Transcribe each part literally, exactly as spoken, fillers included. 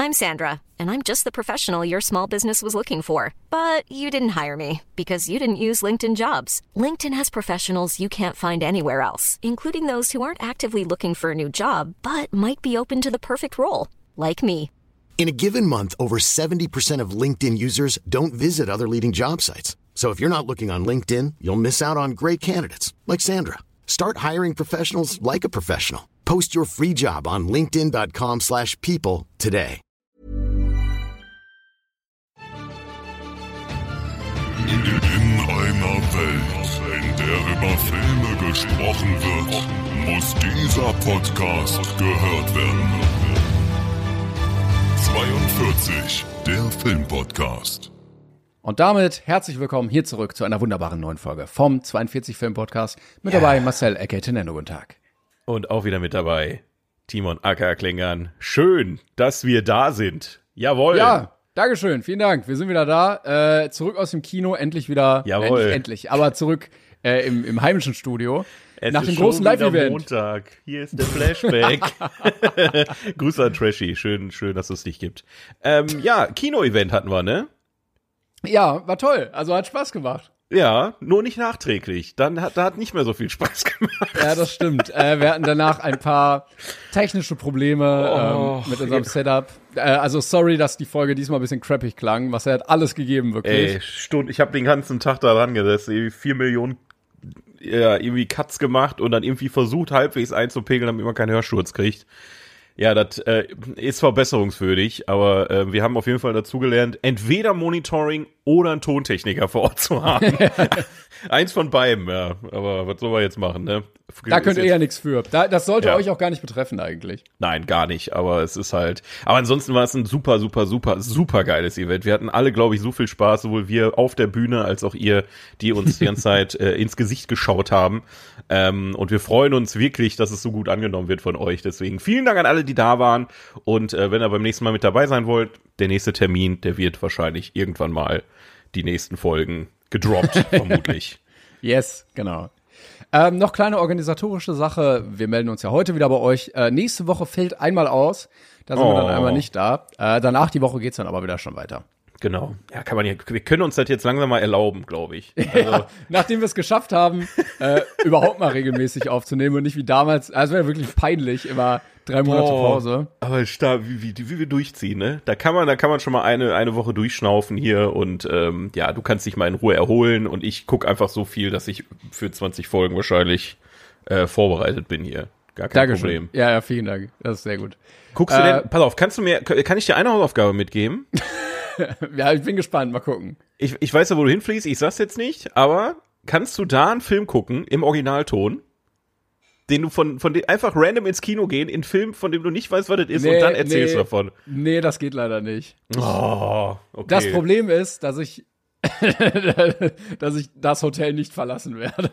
I'm Sandra, and I'm just the professional your small business was looking for. But you didn't hire me because you didn't use LinkedIn Jobs. LinkedIn has professionals you can't find anywhere else, including those who aren't actively looking for a new job, but might be open to the perfect role, like me. In a given month, over seventy percent of LinkedIn users don't visit other leading job sites. So if you're not looking on LinkedIn, you'll miss out on great candidates like Sandra. Start hiring professionals like a professional. Post your free job on linkedin.com slash people today. In einer Welt, in der über Filme gesprochen wird, muss dieser Podcast gehört werden. zweiundvierzig, der Filmpodcast. Und damit herzlich willkommen hier zurück zu einer wunderbaren neuen Folge vom zweiundvierzig Film Podcast. Mit ja. dabei Marcel aka Tenendo, guten Tag. Und auch wieder mit dabei Timon aka Klingern. Schön, dass wir da sind. Jawohl. Ja, Dankeschön, vielen Dank. Wir sind wieder da, äh, zurück aus dem Kino, endlich wieder, Jawohl. Äh, nicht endlich, aber zurück äh, im, im heimischen Studio. Es nach ist dem großen Live-Event. Montag. Hier ist der Flashback. Grüße an Trashy. Schön, schön, dass es dich gibt. Ähm, ja, Kino-Event hatten wir, ne? Ja, war toll. Also hat Spaß gemacht. Ja, nur nicht nachträglich. Dann hat, da hat nicht mehr so viel Spaß gemacht. Ja, das stimmt. äh, wir hatten danach ein paar technische Probleme Oh, ähm, mit unserem Setup. Äh, also sorry, dass die Folge diesmal ein bisschen crappig klang. Was er hat alles gegeben, wirklich. Ey, Stund, ich habe den ganzen Tag da dran gesessen. Irgendwie vier Millionen ja, irgendwie Cuts gemacht und dann irgendwie versucht, halbwegs einzupegeln, damit man keinen Hörsturz kriegt. Ja, das äh, ist verbesserungswürdig, aber äh, wir haben auf jeden Fall dazugelernt, entweder Monitoring oder einen Tontechniker vor Ort zu haben. Eins von beiden, ja. Aber was soll man jetzt machen, ne? Da könnt ihr ja nichts für. Da, das sollte Ja. euch auch gar nicht betreffen eigentlich. Nein, gar nicht, aber es ist halt, aber ansonsten war es ein super, super, super, super geiles Event. Wir hatten alle, glaube ich, so viel Spaß, sowohl wir auf der Bühne als auch ihr, die uns die ganze Zeit äh, ins Gesicht geschaut haben. Ähm, und wir freuen uns wirklich, dass es so gut angenommen wird von euch. Deswegen vielen Dank an alle, die da waren. Und äh, wenn ihr beim nächsten Mal mit dabei sein wollt, der nächste Termin, der wird wahrscheinlich irgendwann mal die nächsten Folgen gedroppt, vermutlich. Yes, genau. Ähm, noch kleine organisatorische Sache. Wir melden uns ja heute wieder bei euch. Äh, nächste Woche fällt einmal aus. Da sind Oh. wir dann einmal nicht da. Äh, danach die Woche geht's dann aber wieder schon weiter. Genau. Ja, kann man ja, wir können uns das jetzt langsam mal erlauben, glaube ich. Also, Ja, nachdem wir es geschafft haben, äh, überhaupt mal regelmäßig aufzunehmen und nicht wie damals. Also wäre wirklich peinlich, immer drei Monate Boah, Pause. Aber stark, wie, wie, wie wir durchziehen, ne? Da kann man, da kann man schon mal eine, eine Woche durchschnaufen hier und ähm, ja, du kannst dich mal in Ruhe erholen und ich guck einfach so viel, dass ich für zwanzig Folgen wahrscheinlich äh, vorbereitet bin hier. Gar kein Dankeschön. Problem. Ja, ja, vielen Dank. Das ist sehr gut. Guckst du Äh, denn, pass auf, kannst du mir, kann ich dir eine Hausaufgabe mitgeben? Ja, ich bin gespannt. Mal gucken. Ich, ich weiß ja, wo du hinfliegst, ich sag's jetzt nicht, aber kannst du da einen Film gucken im Originalton? Den du von, von dem einfach random ins Kino gehen, in einen Film, von dem du nicht weißt, was das ist, Nee, und dann erzählst nee. du davon. Nee, das geht leider nicht. Oh, okay. Das Problem ist, dass ich, dass ich das Hotel nicht verlassen werde.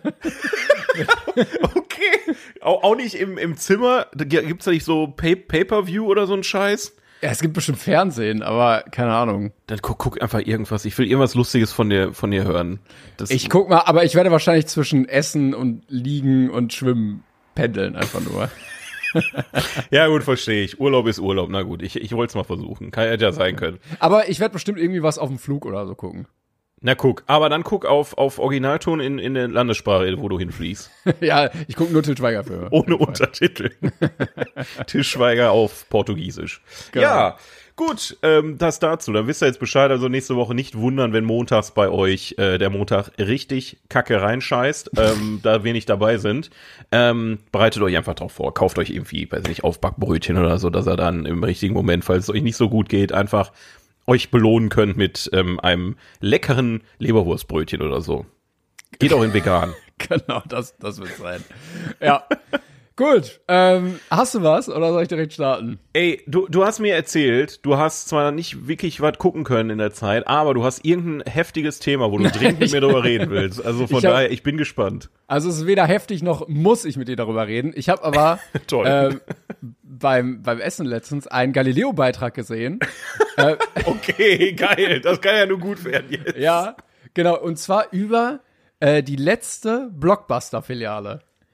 Okay. Auch, auch nicht im, im Zimmer? Da gibt's da nicht so Pay- Pay-Per-View oder so ein Scheiß? Ja, es gibt bestimmt Fernsehen, aber keine Ahnung. Dann guck, guck einfach irgendwas. Ich will irgendwas Lustiges von dir, von dir hören. Das, Ich guck mal, aber ich werde wahrscheinlich zwischen Essen und Liegen und Schwimmen pendeln, einfach nur. ja, gut, verstehe ich. Urlaub ist Urlaub. Na gut, ich, ich wollte es mal versuchen. Kann ja ja sein können. Aber ich werde bestimmt irgendwie was auf dem Flug oder so gucken. Na guck, aber dann guck auf, auf Originalton in, in der Landessprache, wo du hinfliegst. Ja, ich gucke nur Til Schweiger-Filme. Ohne Untertitel. Til Schweiger auf Portugiesisch. Genau. Ja, gut, ähm, das dazu. Dann wisst ihr jetzt Bescheid. Also nächste Woche nicht wundern, wenn montags bei euch äh, der Montag richtig kacke reinscheißt, ähm, da wir nicht dabei sind. Ähm, bereitet euch einfach drauf vor. Kauft euch irgendwie, weiß nicht, Aufbackbrötchen oder so, dass er dann im richtigen Moment, falls es euch nicht so gut geht, einfach euch belohnen könnt mit ähm, einem leckeren Leberwurstbrötchen oder so. Geht auch in vegan. Genau, das, das wird sein. Ja. Gut, ähm, hast du was oder soll ich direkt starten? Ey, du, du hast mir erzählt, du hast zwar nicht wirklich was gucken können in der Zeit, aber du hast irgendein heftiges Thema, wo du dringend mit mir drüber reden willst. Also von Ich hab- daher, ich bin gespannt. Also es ist weder heftig noch muss ich mit dir darüber reden. Ich habe aber Toll. ähm, beim, beim Essen letztens einen Galileo-Beitrag gesehen. äh, Okay, geil. Das kann ja nur gut werden jetzt. ja, genau. Und zwar über äh, die letzte Blockbuster-Filiale.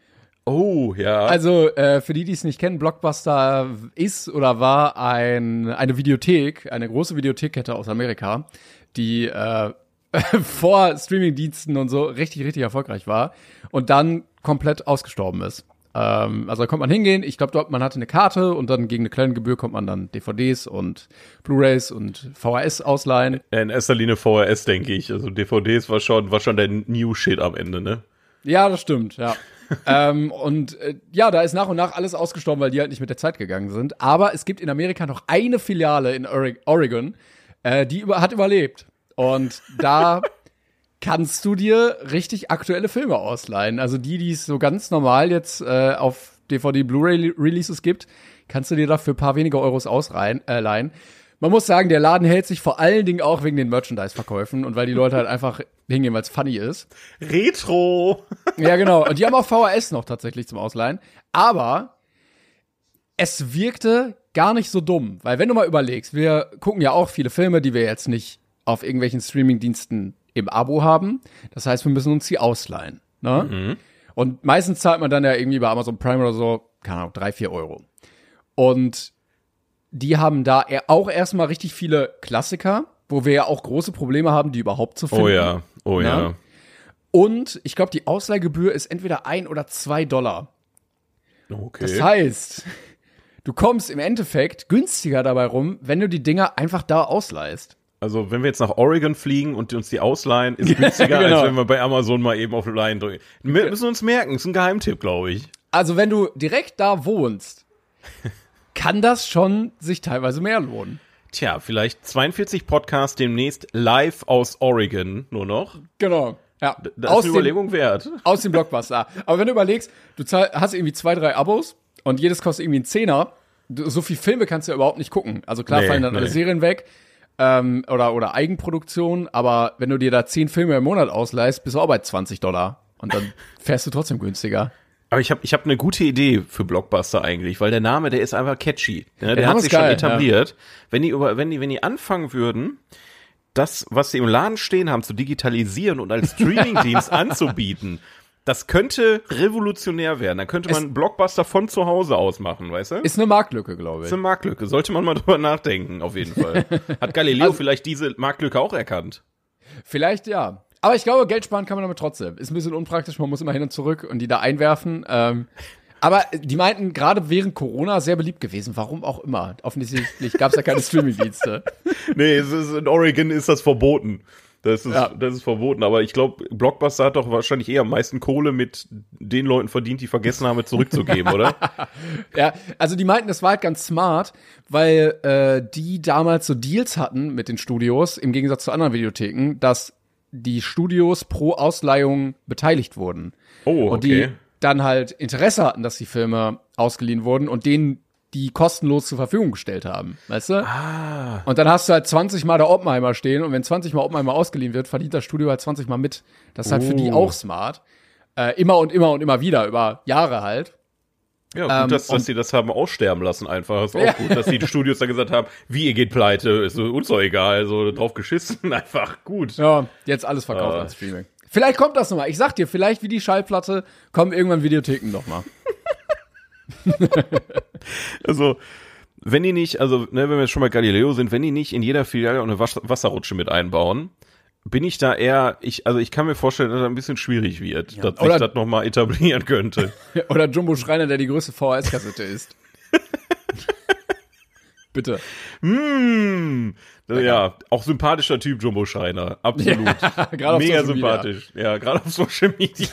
Oh, ja. Also, äh, für die, die es nicht kennen, Blockbuster ist oder war ein, eine Videothek, eine große Videothekkette aus Amerika, die äh, vor Streamingdiensten und so richtig, richtig erfolgreich war und dann komplett ausgestorben ist. Ähm, also da kommt man hingehen, ich glaube, dort man hatte eine Karte und dann gegen eine kleine Gebühr kommt man dann D V Ds und Blu-rays und V H S ausleihen. In erster Linie V H S, denke ich. Also D V Ds war schon, war schon der New Shit am Ende, ne? Ja, das stimmt, ja. ähm, und äh, ja, da ist nach und nach alles ausgestorben, weil die halt nicht mit der Zeit gegangen sind. Aber es gibt in Amerika noch eine Filiale in Oregon, äh, die über, hat überlebt. Und da kannst du dir richtig aktuelle Filme ausleihen. Also die, die es so ganz normal jetzt äh, auf D V D Blu-ray-Releases gibt, kannst du dir da für ein paar weniger Euros ausleihen. Äh, leihen. Man muss sagen, der Laden hält sich vor allen Dingen auch wegen den Merchandise-Verkäufen und weil die Leute halt einfach hingehen, weil es funny ist. Retro! Ja, genau. Und die haben auch V H S noch tatsächlich zum Ausleihen. Aber es wirkte gar nicht so dumm. Weil wenn du mal überlegst, wir gucken ja auch viele Filme, die wir jetzt nicht auf irgendwelchen Streaming-Diensten im Abo haben. Das heißt, wir müssen uns die ausleihen. Ne? Mhm. Und meistens zahlt man dann ja irgendwie bei Amazon Prime oder so, keine Ahnung, drei, vier Euro. Und die haben da auch erstmal richtig viele Klassiker, wo wir ja auch große Probleme haben, die überhaupt zu finden. Oh ja, oh ja. ja. Und ich glaube, die Ausleihgebühr ist entweder ein oder zwei Dollar. Okay. Das heißt, du kommst im Endeffekt günstiger dabei rum, wenn du die Dinger einfach da ausleihst. Also, wenn wir jetzt nach Oregon fliegen und uns die ausleihen, ist günstiger, genau. als wenn wir bei Amazon mal eben auf Line drücken. Wir müssen uns merken, ist ein Geheimtipp, glaube ich. Also, wenn du direkt da wohnst, kann das schon sich teilweise mehr lohnen. Tja, vielleicht zweiundvierzig Podcasts demnächst live aus Oregon nur noch. Genau, ja. Das ist eine Überlegung wert. Aus dem Blockbuster. Aber wenn du überlegst, du zahl, hast irgendwie zwei, drei Abos und jedes kostet irgendwie einen Zehner, du, so viele Filme kannst du ja überhaupt nicht gucken. Also klar nee, fallen dann nee. alle Serien weg ähm, oder, oder Eigenproduktion, aber wenn du dir da zehn Filme im Monat ausleihst, bist du auch bei zwanzig Dollar und dann fährst du trotzdem günstiger. Aber ich habe ich hab eine gute Idee für Blockbuster eigentlich, weil der Name, der ist einfach catchy. Der, der, der hat sich geil, schon etabliert. Ja. Wenn die über, wenn die, wenn die anfangen würden, das, was sie im Laden stehen haben, zu digitalisieren und als Streamingdienst anzubieten, das könnte revolutionär werden. Dann könnte man es Blockbuster von zu Hause aus machen, weißt du? Ist eine Marktlücke, glaube ich. Ist eine Marktlücke. Sollte man mal drüber nachdenken, auf jeden Fall. Hat Galileo also, vielleicht diese Marktlücke auch erkannt? Vielleicht ja. Aber ich glaube, Geld sparen kann man damit trotzdem. Ist ein bisschen unpraktisch, man muss immer hin und zurück und die da einwerfen. Ähm, aber die meinten, gerade während Corona sehr beliebt gewesen. Warum auch immer. Offensichtlich gab es ja keine Streamingdienste. Nee, es ist, in Oregon ist das verboten. Das ist, ja. das ist verboten. Aber ich glaube, Blockbuster hat doch wahrscheinlich eher am meisten Kohle mit den Leuten verdient, die vergessen haben, zurückzugeben, oder? Ja, also die meinten, das war halt ganz smart, weil äh, die damals so Deals hatten mit den Studios, im Gegensatz zu anderen Videotheken, dass die Studios pro Ausleihung beteiligt wurden. Oh, okay. Und die dann halt Interesse hatten, dass die Filme ausgeliehen wurden und denen die kostenlos zur Verfügung gestellt haben, weißt du? Ah. Und dann hast du halt zwanzig Mal der Oppenheimer stehen und wenn zwanzig Mal Oppenheimer ausgeliehen wird, verdient das Studio halt zwanzig Mal mit. Das ist halt oh. für die auch smart. Äh, immer und immer und immer wieder, über Jahre halt. Ja, gut, Ähm, dass, dass sie das haben aussterben lassen einfach. Ist auch ja. gut, dass die Studios dann gesagt haben, wie, ihr geht pleite, ist uns doch egal, so drauf geschissen, einfach gut. Ja, jetzt alles verkauft Ah. als Streaming. Vielleicht kommt das nochmal. Ich sag dir, vielleicht wie die Schallplatte kommen irgendwann Videotheken nochmal. Also, wenn die nicht, also, ne, wenn wir jetzt schon bei Galileo sind, wenn die nicht in jeder Filiale auch eine Was- Wasserrutsche mit einbauen, bin ich da eher, ich, also ich kann mir vorstellen, dass das ein bisschen schwierig wird, Ja. dass Oder- sich das nochmal etablieren könnte. Oder Jumbo Schreiner, der die größte V H S-Kassette ist. Bitte. Hm, ja, auch sympathischer Typ, Jumbo Schreiner, absolut. Ja, gerade auf Mega Social sympathisch. Ja, gerade auf Social Media.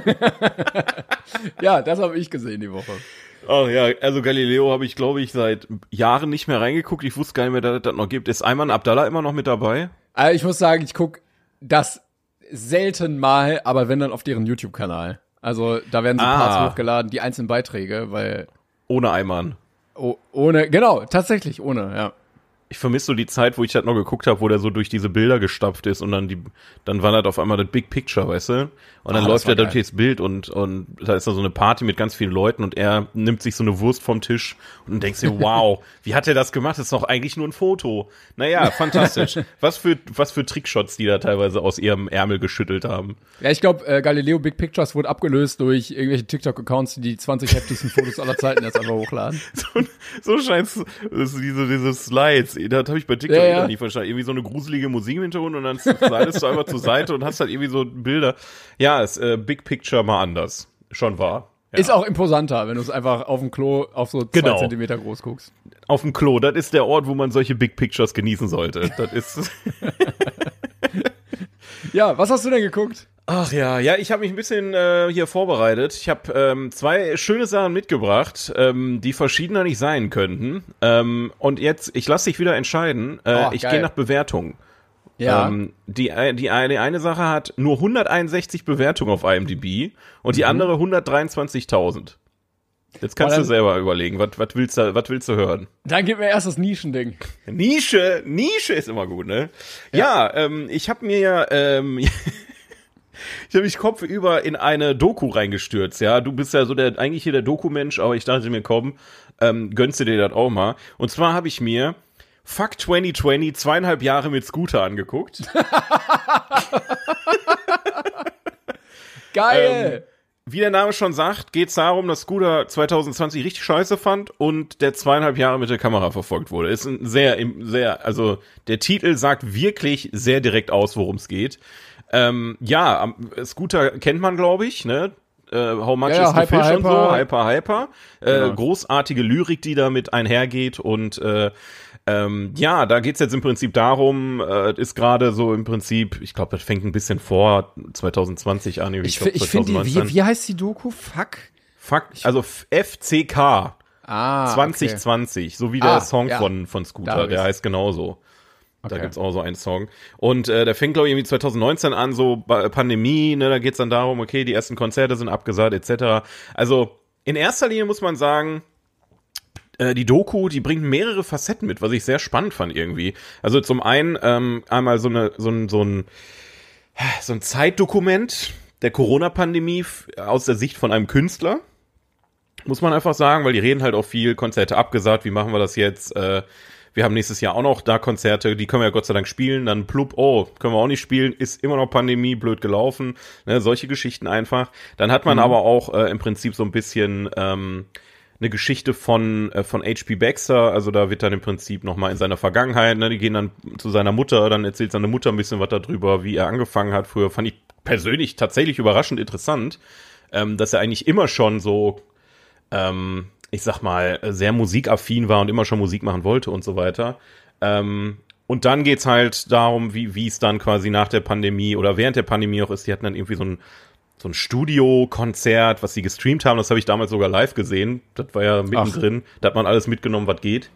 Ja, das habe ich gesehen die Woche. Ach ja, also Galileo habe ich, glaube ich, seit Jahren nicht mehr reingeguckt. Ich wusste gar nicht mehr, dass es das noch gibt. Ist Ayman Abdallah immer noch mit dabei? Also ich muss sagen, ich guck das selten mal, aber wenn dann auf deren YouTube-Kanal. Also da werden so Ah. Parts hochgeladen, die einzelnen Beiträge, weil Ohne Ayman. oh, ohne, genau, tatsächlich ohne, ja. Ich vermisse so die Zeit, wo ich halt noch geguckt habe, wo der so durch diese Bilder gestapft ist und dann die, dann war das auf einmal das Big Picture, weißt du? Und dann Ah, läuft das war er durch geil. das Bild und, und da ist da so eine Party mit ganz vielen Leuten und er nimmt sich so eine Wurst vom Tisch und du denkst dir, wow, wie hat er das gemacht? Das ist doch eigentlich nur ein Foto. Naja, fantastisch. Was für, was für Trickshots die da teilweise aus ihrem Ärmel geschüttelt haben. Ja, ich glaube, äh, Galileo Big Pictures wurde abgelöst durch irgendwelche TikTok-Accounts, die die zwanzig heftigsten Fotos aller Zeiten jetzt einfach hochladen. So, so scheint's, das ist diese, diese Slides, das habe ich bei TikTok Ja, ja. wieder nie verstanden. Irgendwie so eine gruselige Musik im Hintergrund und dann slidest du einfach zur Seite und hast halt irgendwie so Bilder. Ja, ist äh, Big Picture mal anders. Schon wahr. Ja. Ist auch imposanter, wenn du es einfach auf dem Klo auf so zwei Genau. Zentimeter groß guckst. Auf dem Klo, das ist der Ort, wo man solche Big Pictures genießen sollte. Das ist. Ja, was hast du denn geguckt? Ach ja, ja, ich habe mich ein bisschen äh, hier vorbereitet. Ich habe ähm, zwei schöne Sachen mitgebracht, ähm, die verschiedener nicht sein könnten. Ähm, und jetzt, ich lasse dich wieder entscheiden. Äh, Oh, ich geil. gehe nach Bewertungen. Ja. Ähm, die, die, eine, eine Sache hat nur hunderteinundsechzig Bewertungen auf IMDb und die Mhm. andere hundertdreiundzwanzigtausend. Jetzt kannst Boah, du dann- selber überlegen, was, was willst du, was willst du hören? Dann gib mir erst das Nischending. Nische, Nische ist immer gut, ne? Ja, ähm, ich habe mir, ähm, ich habe mich kopfüber in eine Doku reingestürzt, ja. Du bist ja so der, eigentlich hier der Doku-Mensch, aber ich dachte mir, komm, ähm, gönnst du dir das auch mal. Und zwar habe ich mir Fuck zwanzig zwanzig, zweieinhalb Jahre mit Scooter angeguckt. Geil! Wie der Name schon sagt, geht es darum, dass Scooter zwanzig zwanzig richtig scheiße fand und der zweieinhalb Jahre mit der Kamera verfolgt wurde. Ist ein sehr, sehr, also der Titel sagt wirklich sehr direkt aus, worum es geht. Ähm, ja, am- Scooter kennt man, glaube ich, ne? Äh, How much Ja, ja, is the Hyper, fish und so, Hyper. hyper, hyper. Äh, Genau. Großartige Lyrik, die damit einhergeht und äh, ähm, ja, da geht's jetzt im Prinzip darum, äh, ist gerade so im Prinzip, ich glaube, das fängt ein bisschen vor zwanzig zwanzig an. Ich, glaub, fi- ich finde, zwanzig neunzehn. wie, wie heißt die Doku? Fuck. Fuck, also F C K Ah, zwanzig okay. zwanzig, so wie der Ah, Song ja. von, von Da Scooter, hab der ich's. heißt genauso. Da Okay. gibt's auch so einen Song. Und äh, der fängt, glaube ich, irgendwie zwanzig neunzehn an, so ba- Pandemie, ne, da geht's dann darum, okay, die ersten Konzerte sind abgesagt, et cetera. Also in erster Linie muss man sagen, äh, die Doku, die bringt mehrere Facetten mit, was ich sehr spannend fand irgendwie. Also zum einen ähm, einmal so eine so ein so ein so ein Zeitdokument der Corona-Pandemie f- aus der Sicht von einem Künstler. Muss man einfach sagen, weil die reden halt auch viel, Konzerte abgesagt, wie machen wir das jetzt? Äh, wir haben nächstes Jahr auch noch da Konzerte, die können wir ja Gott sei Dank spielen, dann plupp, oh, können wir auch nicht spielen, ist immer noch Pandemie, blöd gelaufen, ne, solche Geschichten einfach. Dann hat man aber auch äh, im Prinzip so ein bisschen ähm, eine Geschichte von äh, von H P Baxter, also da wird dann im Prinzip nochmal in seiner Vergangenheit, ne, die gehen dann zu seiner Mutter, dann erzählt seine Mutter ein bisschen was darüber, wie er angefangen hat früher, fand ich persönlich tatsächlich überraschend interessant, ähm, dass er eigentlich immer schon so ähm, ich sag mal, sehr musikaffin war und immer schon Musik machen wollte und so weiter. Ähm, und dann geht's halt darum, wie wie es dann quasi nach der Pandemie oder während der Pandemie auch ist. Die hatten dann irgendwie so ein so ein Studio-Konzert, was sie gestreamt haben. Das habe ich damals sogar live gesehen. Das war ja mittendrin. Da hat man alles mitgenommen, was geht.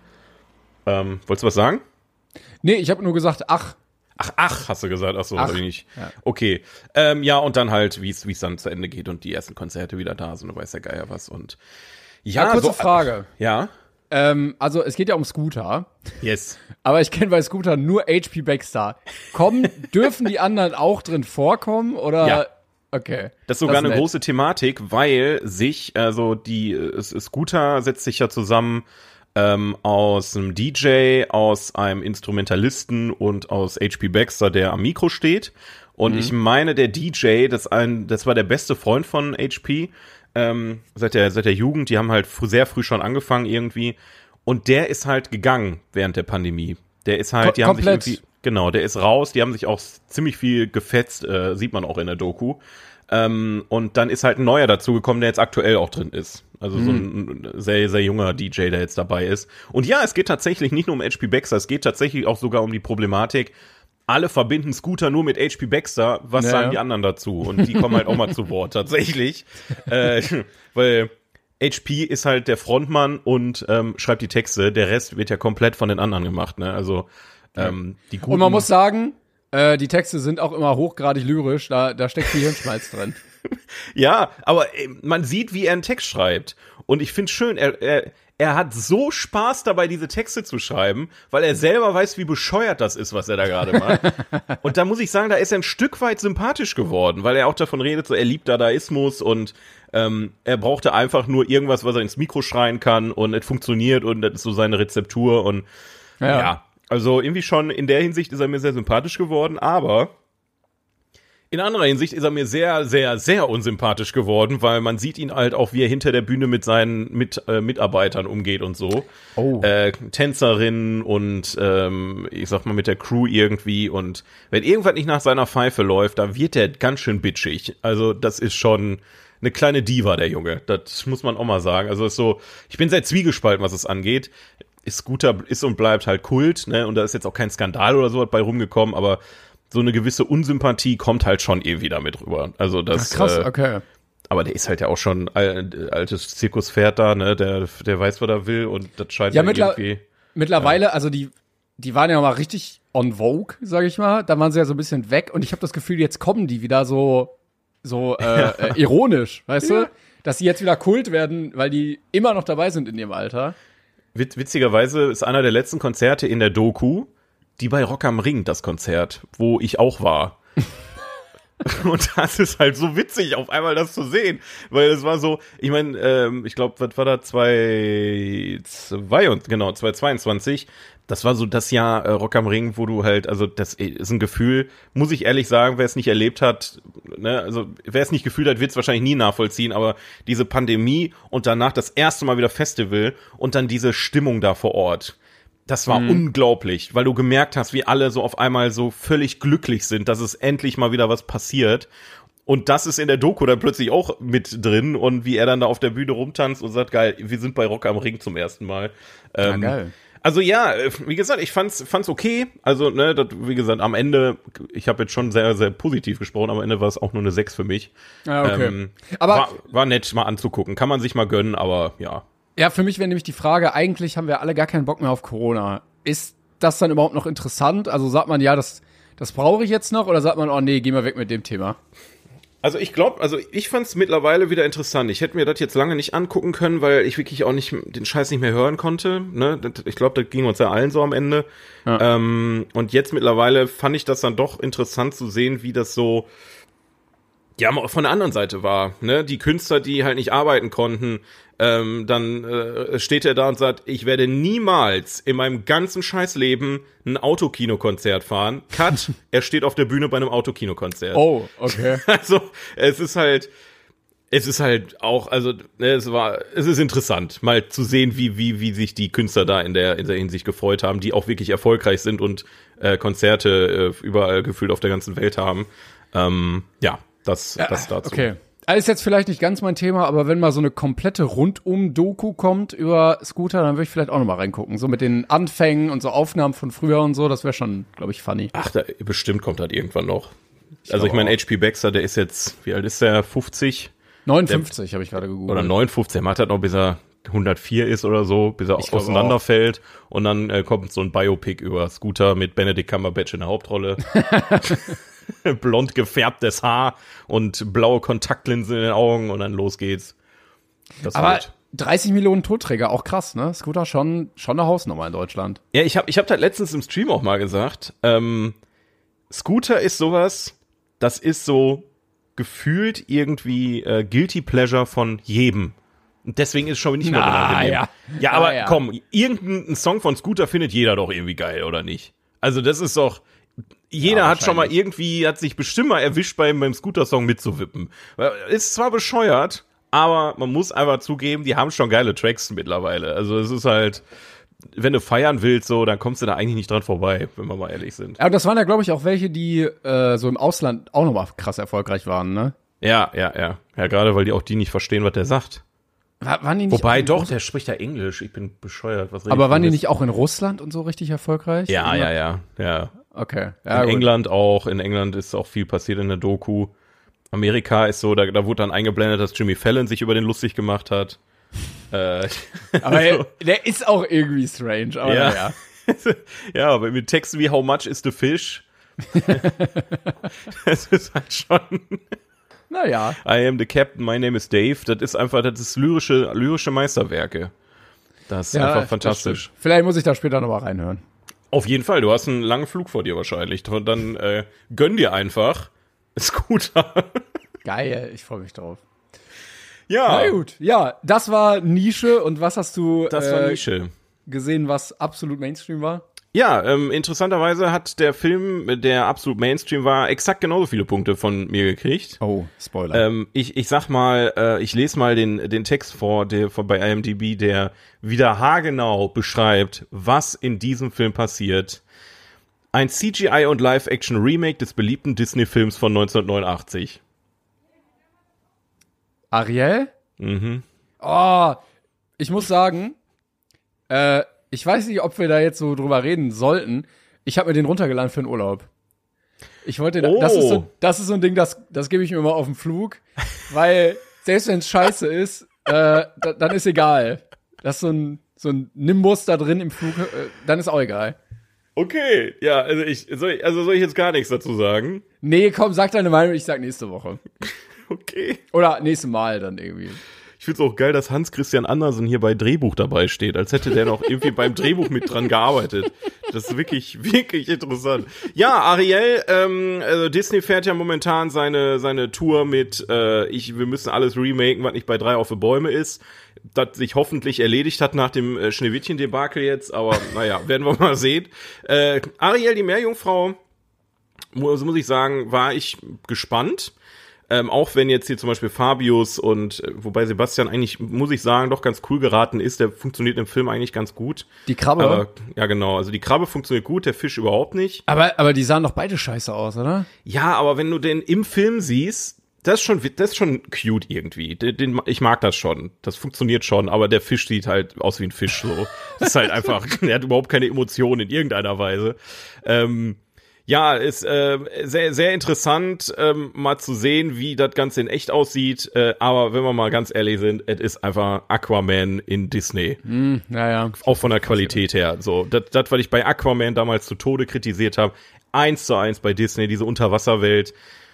Ähm, wolltest du was sagen? Nee, ich habe nur gesagt, ach. Ach, ach, hast du gesagt. Ach so, Ach. hab ich nicht. Ja. Okay. Ähm, ja, und dann halt, wie es wie es dann zu Ende geht und die ersten Konzerte wieder da sind. Du weißt ja Geier was. Und ja, Ja, kurze so, Frage. Ja, Ähm, also, es geht ja um Scooter. yes. Aber ich kenne bei Scooter nur H P Baxter. Kommen, dürfen die anderen auch drin vorkommen? Oder? Ja. Okay. Das ist sogar eine nett. große Thematik, weil sich, also die äh, Scooter setzt sich ja zusammen ähm, aus einem D J, aus einem Instrumentalisten und aus H P Baxter, der am Mikro steht. Und ich meine, der D J, das, ein, das war der beste Freund von H P ähm, seit, der, seit der Jugend. Die haben halt fr- sehr früh schon angefangen irgendwie. Und der ist halt gegangen während der Pandemie. Der ist halt, Ko- die haben sich komplett. irgendwie, genau, der ist raus. Die haben sich auch ziemlich viel gefetzt, äh, sieht man auch in der Doku. Ähm, und dann ist halt ein neuer dazugekommen, der jetzt aktuell auch drin ist. Also so ein sehr, sehr junger D J, der jetzt dabei ist. Und ja, es geht tatsächlich nicht nur um H P Baxter, es geht tatsächlich auch sogar um die Problematik, alle verbinden Scooter nur mit H P Baxter, was Ja, sagen ja. die anderen dazu? Und die kommen halt auch mal zu Wort, tatsächlich. äh, weil H P ist halt der Frontmann und ähm, schreibt die Texte, der Rest wird ja komplett von den anderen gemacht, ne? Also ähm, die guten, Und man muss sagen, äh, die Texte sind auch immer hochgradig lyrisch. Da, da steckt viel Hirnschmalz drin. Ja, aber äh, man sieht, wie er einen Text schreibt. Und ich finde schön, er, er, er hat so Spaß dabei, diese Texte zu schreiben, weil er selber weiß, wie bescheuert das ist, was er da gerade macht. Und da muss ich sagen, da ist er ein Stück weit sympathisch geworden, weil er auch davon redet, so er liebt Dadaismus und ähm, er brauchte einfach nur irgendwas, was er ins Mikro schreien kann und es funktioniert und das ist so seine Rezeptur und ja. ja, also irgendwie schon in der Hinsicht ist er mir sehr sympathisch geworden, aber in anderer Hinsicht ist er mir sehr, sehr, sehr unsympathisch geworden, weil man sieht ihn halt auch, wie er hinter der Bühne mit seinen mit, äh, Mitarbeitern umgeht und so. Oh. Äh, Tänzerinnen und ähm, ich sag mal mit der Crew irgendwie. Und wenn irgendwas nicht nach seiner Pfeife läuft, da wird der ganz schön bitchig. Also das ist schon eine kleine Diva, der Junge. Das muss man auch mal sagen. Also ist so, ich bin sehr zwiegespalten, was es angeht. Ist guter, ist und bleibt halt Kult, ne? Und da ist jetzt auch kein Skandal oder so bei rumgekommen, aber so eine gewisse Unsympathie kommt halt schon irgendwie damit rüber. Also das. Ach, krass, äh, okay. Aber der ist halt ja auch schon ein altes Zirkuspferd da, ne? Der, der weiß, was er will und das scheint ja, ja mittler- irgendwie. Mittlerweile, ja. also die, die waren ja mal richtig on vogue, sag ich mal. Da waren sie ja so ein bisschen weg und ich habe das Gefühl, jetzt kommen die wieder so, so äh, äh, ironisch, weißt ja. du? Dass sie jetzt wieder Kult werden, weil die immer noch dabei sind in ihrem Alter. Witz, witzigerweise ist einer der letzten Konzerte in der Doku die bei Rock am Ring, das Konzert, wo ich auch war. Und das ist halt so witzig, auf einmal das zu sehen, weil es war so, ich meine, ähm, ich glaube, was war da, zwei, zwei und genau, zweitausendzweiundzwanzig, das war so das Jahr äh, Rock am Ring, wo du halt, also das ist ein Gefühl, muss ich ehrlich sagen, wer es nicht erlebt hat, ne, also wer es nicht gefühlt hat, wird es wahrscheinlich nie nachvollziehen, aber diese Pandemie und danach das erste Mal wieder Festival und dann diese Stimmung da vor Ort. Das war mhm. unglaublich, weil du gemerkt hast, wie alle so auf einmal so völlig glücklich sind, dass es endlich mal wieder was passiert. Und das ist in der Doku dann plötzlich auch mit drin und wie er dann da auf der Bühne rumtanzt und sagt, geil, wir sind bei Rock am Ring zum ersten Mal. Ähm, ja, geil. Also ja, wie gesagt, ich fand's, fand's okay. Also, ne, das, wie gesagt, am Ende, ich habe jetzt schon sehr, sehr positiv gesprochen, am Ende war es auch nur eine sechs für mich. Ja, okay. Ähm, aber war, war nett mal anzugucken, kann man sich mal gönnen, aber ja. Ja, für mich wäre nämlich die Frage, eigentlich haben wir alle gar keinen Bock mehr auf Corona. Ist das dann überhaupt noch interessant? Also sagt man, ja, das, das brauche ich jetzt noch, oder sagt man, oh nee, geh mal weg mit dem Thema? Also ich glaube, also ich fand es mittlerweile wieder interessant. Ich hätte mir das jetzt lange nicht angucken können, weil ich wirklich auch nicht den Scheiß nicht mehr hören konnte. Ne? Ich glaube, das ging uns ja allen so am Ende. Ja. Ähm, und jetzt mittlerweile fand ich das dann doch interessant zu sehen, wie das so ja von der anderen Seite war. Ne? Die Künstler, die halt nicht arbeiten konnten, ähm, dann äh, steht er da und sagt, ich werde niemals in meinem ganzen Scheißleben ein Autokinokonzert fahren. Cut, er steht auf der Bühne bei einem Autokinokonzert. Oh, okay. Also, es ist halt, es ist halt auch, also, ne, es war, es ist interessant, mal zu sehen, wie, wie, wie sich die Künstler da in der, in der Hinsicht gefreut haben, die auch wirklich erfolgreich sind und äh, Konzerte äh, überall gefühlt auf der ganzen Welt haben. Ähm, ja, das, ja, das dazu. Okay. Ist jetzt vielleicht nicht ganz mein Thema, aber wenn mal so eine komplette Rundum-Doku kommt über Scooter, dann würde ich vielleicht auch noch mal reingucken. So mit den Anfängen und so Aufnahmen von früher und so, das wäre schon, glaube ich, funny. Ach, da, bestimmt kommt das irgendwann noch. Ich also ich meine, H P Baxter, der ist jetzt, wie alt ist der? fünfzig? neunundfünfzig habe ich gerade gegoogelt. Oder neunundfünfzig, der macht das noch, bis er hundertvier ist oder so, bis er ich auseinanderfällt. Und dann äh, kommt so ein Biopic über Scooter mit Benedict Cumberbatch in der Hauptrolle. Blond gefärbtes Haar und blaue Kontaktlinsen in den Augen und dann los geht's. Das Aber wird. dreißig Millionen Tonträger, auch krass, ne? Scooter schon, schon eine Hausnummer in Deutschland. Ja, ich habe ich hab das letztens im Stream auch mal gesagt. Ähm, Scooter ist sowas, das ist so gefühlt irgendwie äh, Guilty Pleasure von jedem. Und deswegen ist es schon nicht mehr unangenehm. Ja, ja aber ah, ja. komm, irgendein Song von Scooter findet jeder doch irgendwie geil, oder nicht? Also das ist doch, jeder ja, hat schon mal irgendwie, hat sich bestimmt mal erwischt, beim, beim Scooter-Song mitzuwippen. Ist zwar bescheuert, aber man muss einfach zugeben, die haben schon geile Tracks mittlerweile. Also es ist halt, wenn du feiern willst, so, dann kommst du da eigentlich nicht dran vorbei, wenn wir mal ehrlich sind. Aber das waren ja, glaube ich, auch welche, die äh, so im Ausland auch nochmal krass erfolgreich waren, ne? Ja, ja, ja. Ja, gerade weil die auch die nicht verstehen, was der sagt. War, waren die nicht Wobei doch, der spricht ja Englisch. Ich bin bescheuert. Was aber waren die nicht auch in Russland und so richtig erfolgreich? Ja, ja, ja, ja. Okay. Ja, in gut. England auch. In England ist auch viel passiert in der Doku. Amerika ist so, da, da wurde dann eingeblendet, dass Jimmy Fallon sich über den lustig gemacht hat. äh, aber so. Der ist auch irgendwie strange. Aber ja. Ja. Ja, aber mit Texten wie How much is the fish? Das ist halt schon. Naja. I am the captain, my name is Dave. Das ist einfach, das ist lyrische, lyrische Meisterwerke. Das ist Ja, einfach fantastisch. Vielleicht muss ich da später nochmal reinhören. Auf jeden Fall, du hast einen langen Flug vor dir wahrscheinlich. Dann äh, gönn dir einfach Scooter. Geil, ich freue mich drauf. Ja. Na gut, ja, das war Nische. Und was hast du Das war äh, Nische. gesehen, was absolut Mainstream war? Ja, ähm, interessanterweise hat der Film, der absolut Mainstream war, exakt genauso viele Punkte von mir gekriegt. Oh, Spoiler. Ähm, ich, ich sag mal, äh, ich lese mal den, den Text vor, der vor bei I M D B, der wieder haargenau beschreibt, was in diesem Film passiert. Ein C G I- und Live-Action-Remake des beliebten Disney-Films von neunzehnhundertneunundachtzig. Ariel? Mhm. Oh, ich muss sagen, äh, ich weiß nicht, ob wir da jetzt so drüber reden sollten. Ich habe mir den runtergeladen für den Urlaub. Ich wollte, Oh. das ist so, das ist so ein Ding, das, das gebe ich mir mal auf den Flug, weil selbst wenn es scheiße ist, äh, da, dann ist egal. Das ist so ein, so ein Nimbus da drin im Flug, äh, dann ist auch egal. Okay, ja, also ich, soll ich, also soll ich jetzt gar nichts dazu sagen? Nee, komm, sag deine Meinung, ich sag nächste Woche. Okay. Oder nächste Mal dann irgendwie. Ich find's auch geil, dass Hans-Christian Andersen hier bei Drehbuch dabei steht, als hätte der noch irgendwie beim Drehbuch mit dran gearbeitet. Das ist wirklich, wirklich interessant. Ja, Ariel, ähm, also Disney fährt ja momentan seine seine Tour mit, äh, ich, wir müssen alles remaken, was nicht bei drei auf die Bäume ist. Das sich hoffentlich erledigt hat nach dem äh, Schneewittchen-Debakel jetzt, aber naja, werden wir mal sehen. Äh, Ariel, die Meerjungfrau, muss, muss ich sagen, war ich gespannt. Ähm, auch wenn jetzt hier zum Beispiel Fabius und, äh, wobei Sebastian eigentlich, muss ich sagen, doch ganz cool geraten ist, der funktioniert im Film eigentlich ganz gut. Die Krabbe? Aber, ja, genau, also die Krabbe funktioniert gut, der Fisch überhaupt nicht. Aber, aber die sahen doch beide scheiße aus, oder? Ja, aber wenn du den im Film siehst, das ist schon, das ist schon cute irgendwie. Den, den, ich mag das schon. Das funktioniert schon, aber der Fisch sieht halt aus wie ein Fisch so. Das ist halt einfach, der hat überhaupt keine Emotionen in irgendeiner Weise. Ähm, Ja, ist äh, sehr sehr interessant, ähm, mal zu sehen, wie das Ganze in echt aussieht. Äh, aber wenn wir mal ganz ehrlich sind, es ist einfach Aquaman in Disney. Mm, naja. Auch von der Qualität her. So, das, das, was ich bei Aquaman damals zu Tode kritisiert habe, eins zu eins bei Disney, diese Unterwasserwelt.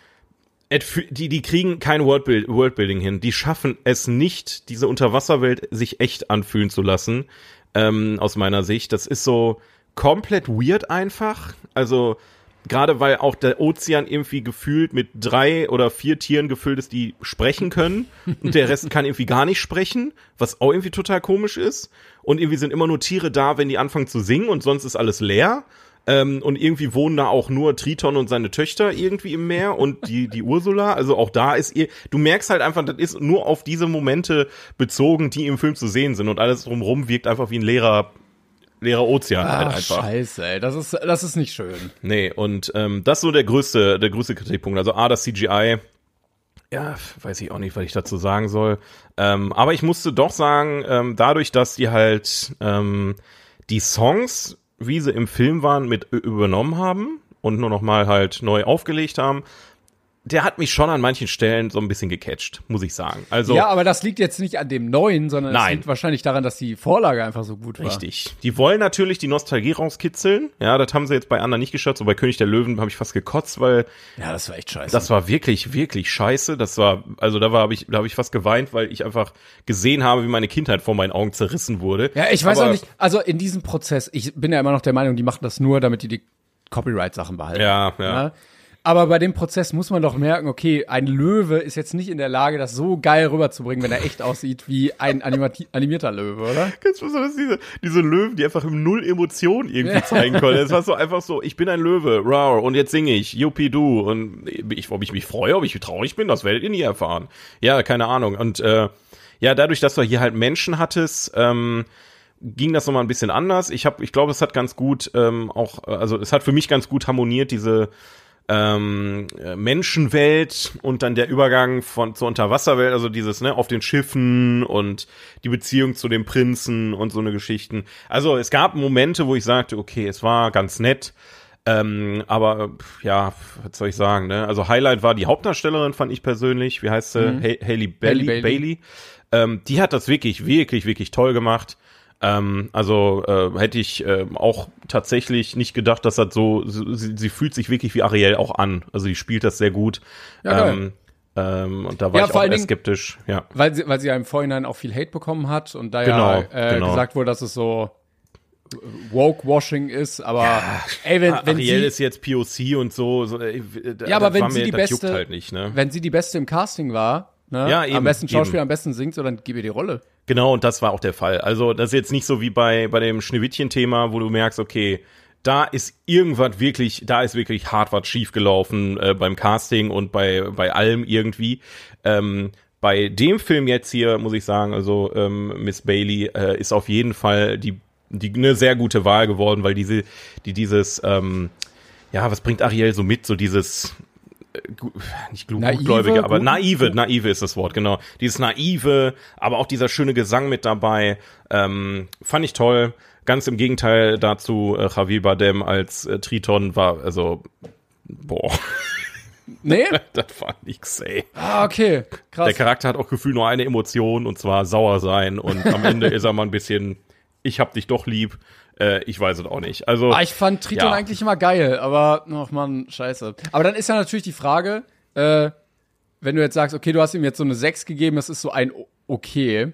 Et, die, die kriegen kein Worldbuild, Worldbuilding hin. Die schaffen es nicht, diese Unterwasserwelt sich echt anfühlen zu lassen. Ähm, aus meiner Sicht. Das ist so komplett weird einfach. Also gerade weil auch der Ozean irgendwie gefühlt mit drei oder vier Tieren gefüllt ist, die sprechen können. Und der Rest kann irgendwie gar nicht sprechen, was auch irgendwie total komisch ist. Und irgendwie sind immer nur Tiere da, wenn die anfangen zu singen und sonst ist alles leer. Ähm, und irgendwie wohnen da auch nur Triton und seine Töchter irgendwie im Meer und die, die Ursula. Also auch da ist ihr, du merkst halt einfach, das ist nur auf diese Momente bezogen, die im Film zu sehen sind. Und alles drumherum wirkt einfach wie ein leerer leerer Ozean Ach, halt einfach. Scheiße, ey, das ist, das ist nicht schön. Nee, und ähm, das ist so der größte, der größte Kritikpunkt. Also A, das C G I, ja, weiß ich auch nicht, was ich dazu sagen soll. Ähm, aber ich musste doch sagen, ähm, dadurch, dass die halt ähm, die Songs, wie sie im Film waren, mit übernommen haben und nur noch mal halt neu aufgelegt haben, der hat mich schon an manchen Stellen so ein bisschen gecatcht, muss ich sagen. Also Ja, aber das liegt jetzt nicht an dem Neuen, sondern es Nein. liegt wahrscheinlich daran, dass die Vorlage einfach so gut war. Richtig. Die wollen natürlich die Nostalgie rauskitzeln. Ja, das haben sie jetzt bei anderen nicht geschafft. So bei König der Löwen habe ich fast gekotzt, weil Ja, das war echt scheiße. das war wirklich, wirklich scheiße. Das war, also da war, habe ich, da habe ich fast geweint, weil ich einfach gesehen habe, wie meine Kindheit vor meinen Augen zerrissen wurde. ja, ich weiß Aber, auch nicht, also in diesem Prozess, ich bin ja immer noch der Meinung, die machen das nur, damit die die Copyright-Sachen behalten. Ja, ja. Aber bei dem Prozess muss man doch merken, okay, ein Löwe ist jetzt nicht in der Lage, das so geil rüberzubringen, wenn er echt aussieht wie ein animati- animierter Löwe, oder? Ganz besonders diese, diese Löwen, die einfach im Null Emotionen irgendwie zeigen können. Es war so einfach so, ich bin ein Löwe, rawr, und jetzt singe ich, yuppie du, und ich, ob ich mich freue, ob ich traurig bin, das werdet ihr nie erfahren. Ja, keine Ahnung. Und äh, ja, dadurch, dass du hier halt Menschen hattest, ähm, ging das nochmal ein bisschen anders. Ich habe, ich glaube, es hat ganz gut ähm, auch, also es hat für mich ganz gut harmoniert, diese ähm, Menschenwelt und dann der Übergang von zur Unterwasserwelt, also dieses, ne, auf den Schiffen und die Beziehung zu den Prinzen und so eine Geschichten. Also es gab Momente, wo ich sagte, okay, es war ganz nett, ähm, aber ja, was soll ich sagen, ne? Also Highlight war die Hauptdarstellerin, fand ich persönlich, wie heißt sie? Mhm. Ha- Hailey Bailey. Bailey. Bailey. Ähm, die hat das wirklich, wirklich, wirklich toll gemacht. Ähm, also äh, hätte ich äh, auch tatsächlich nicht gedacht, dass das so, sie, sie fühlt sich wirklich wie Ariel auch an. Also die spielt das sehr gut. Ja, ähm, Ähm, und da war Ja, ich vor auch allen eher Dingen, skeptisch, ja. Weil sie, weil sie ja im Vorhinein auch viel Hate bekommen hat und da Genau, ja äh, genau. gesagt wurde, dass es so Woke-Washing ist, aber ey, wenn, wenn Ariel sie, ist jetzt P O C und so. so äh, ja, aber das wenn war sie mir, die das Beste, juckt halt nicht, ne? wenn sie die Beste im Casting war, ne, Ja, eben, am besten Schauspieler, eben. am besten singt, so dann gib ihr die Rolle. Genau, und das war auch der Fall. Also das ist jetzt nicht so wie bei, bei dem Schneewittchen-Thema, wo du merkst, okay, da ist irgendwas wirklich, da ist wirklich hart was schiefgelaufen äh, beim Casting und bei, bei allem irgendwie. Ähm, bei dem Film jetzt hier, muss ich sagen, also ähm, Miss Bailey äh, ist auf jeden Fall die, die eine sehr gute Wahl geworden, weil diese, die dieses, ähm, ja, was bringt Ariel so mit, so dieses nicht Naive, gutgläubige, aber gut- naive, naive ist das Wort, genau. Dieses naive, aber auch dieser schöne Gesang mit dabei, ähm, fand ich toll. Ganz im Gegenteil dazu, äh, Javier Bardem als äh, Triton war, also, boah, Nee? das war nix, ey. Ah, okay. Krass. Der Charakter hat auch gefühlt nur eine Emotion, und zwar sauer sein, und am Ende ist er mal ein bisschen, ich hab dich doch lieb, äh, ich weiß es auch nicht. Also, Ah, ich fand Triton ja. eigentlich immer geil, aber, ach man, scheiße. Aber dann ist ja natürlich die Frage, äh, wenn du jetzt sagst, okay, du hast ihm jetzt so eine sechs gegeben, das ist so ein O- okay.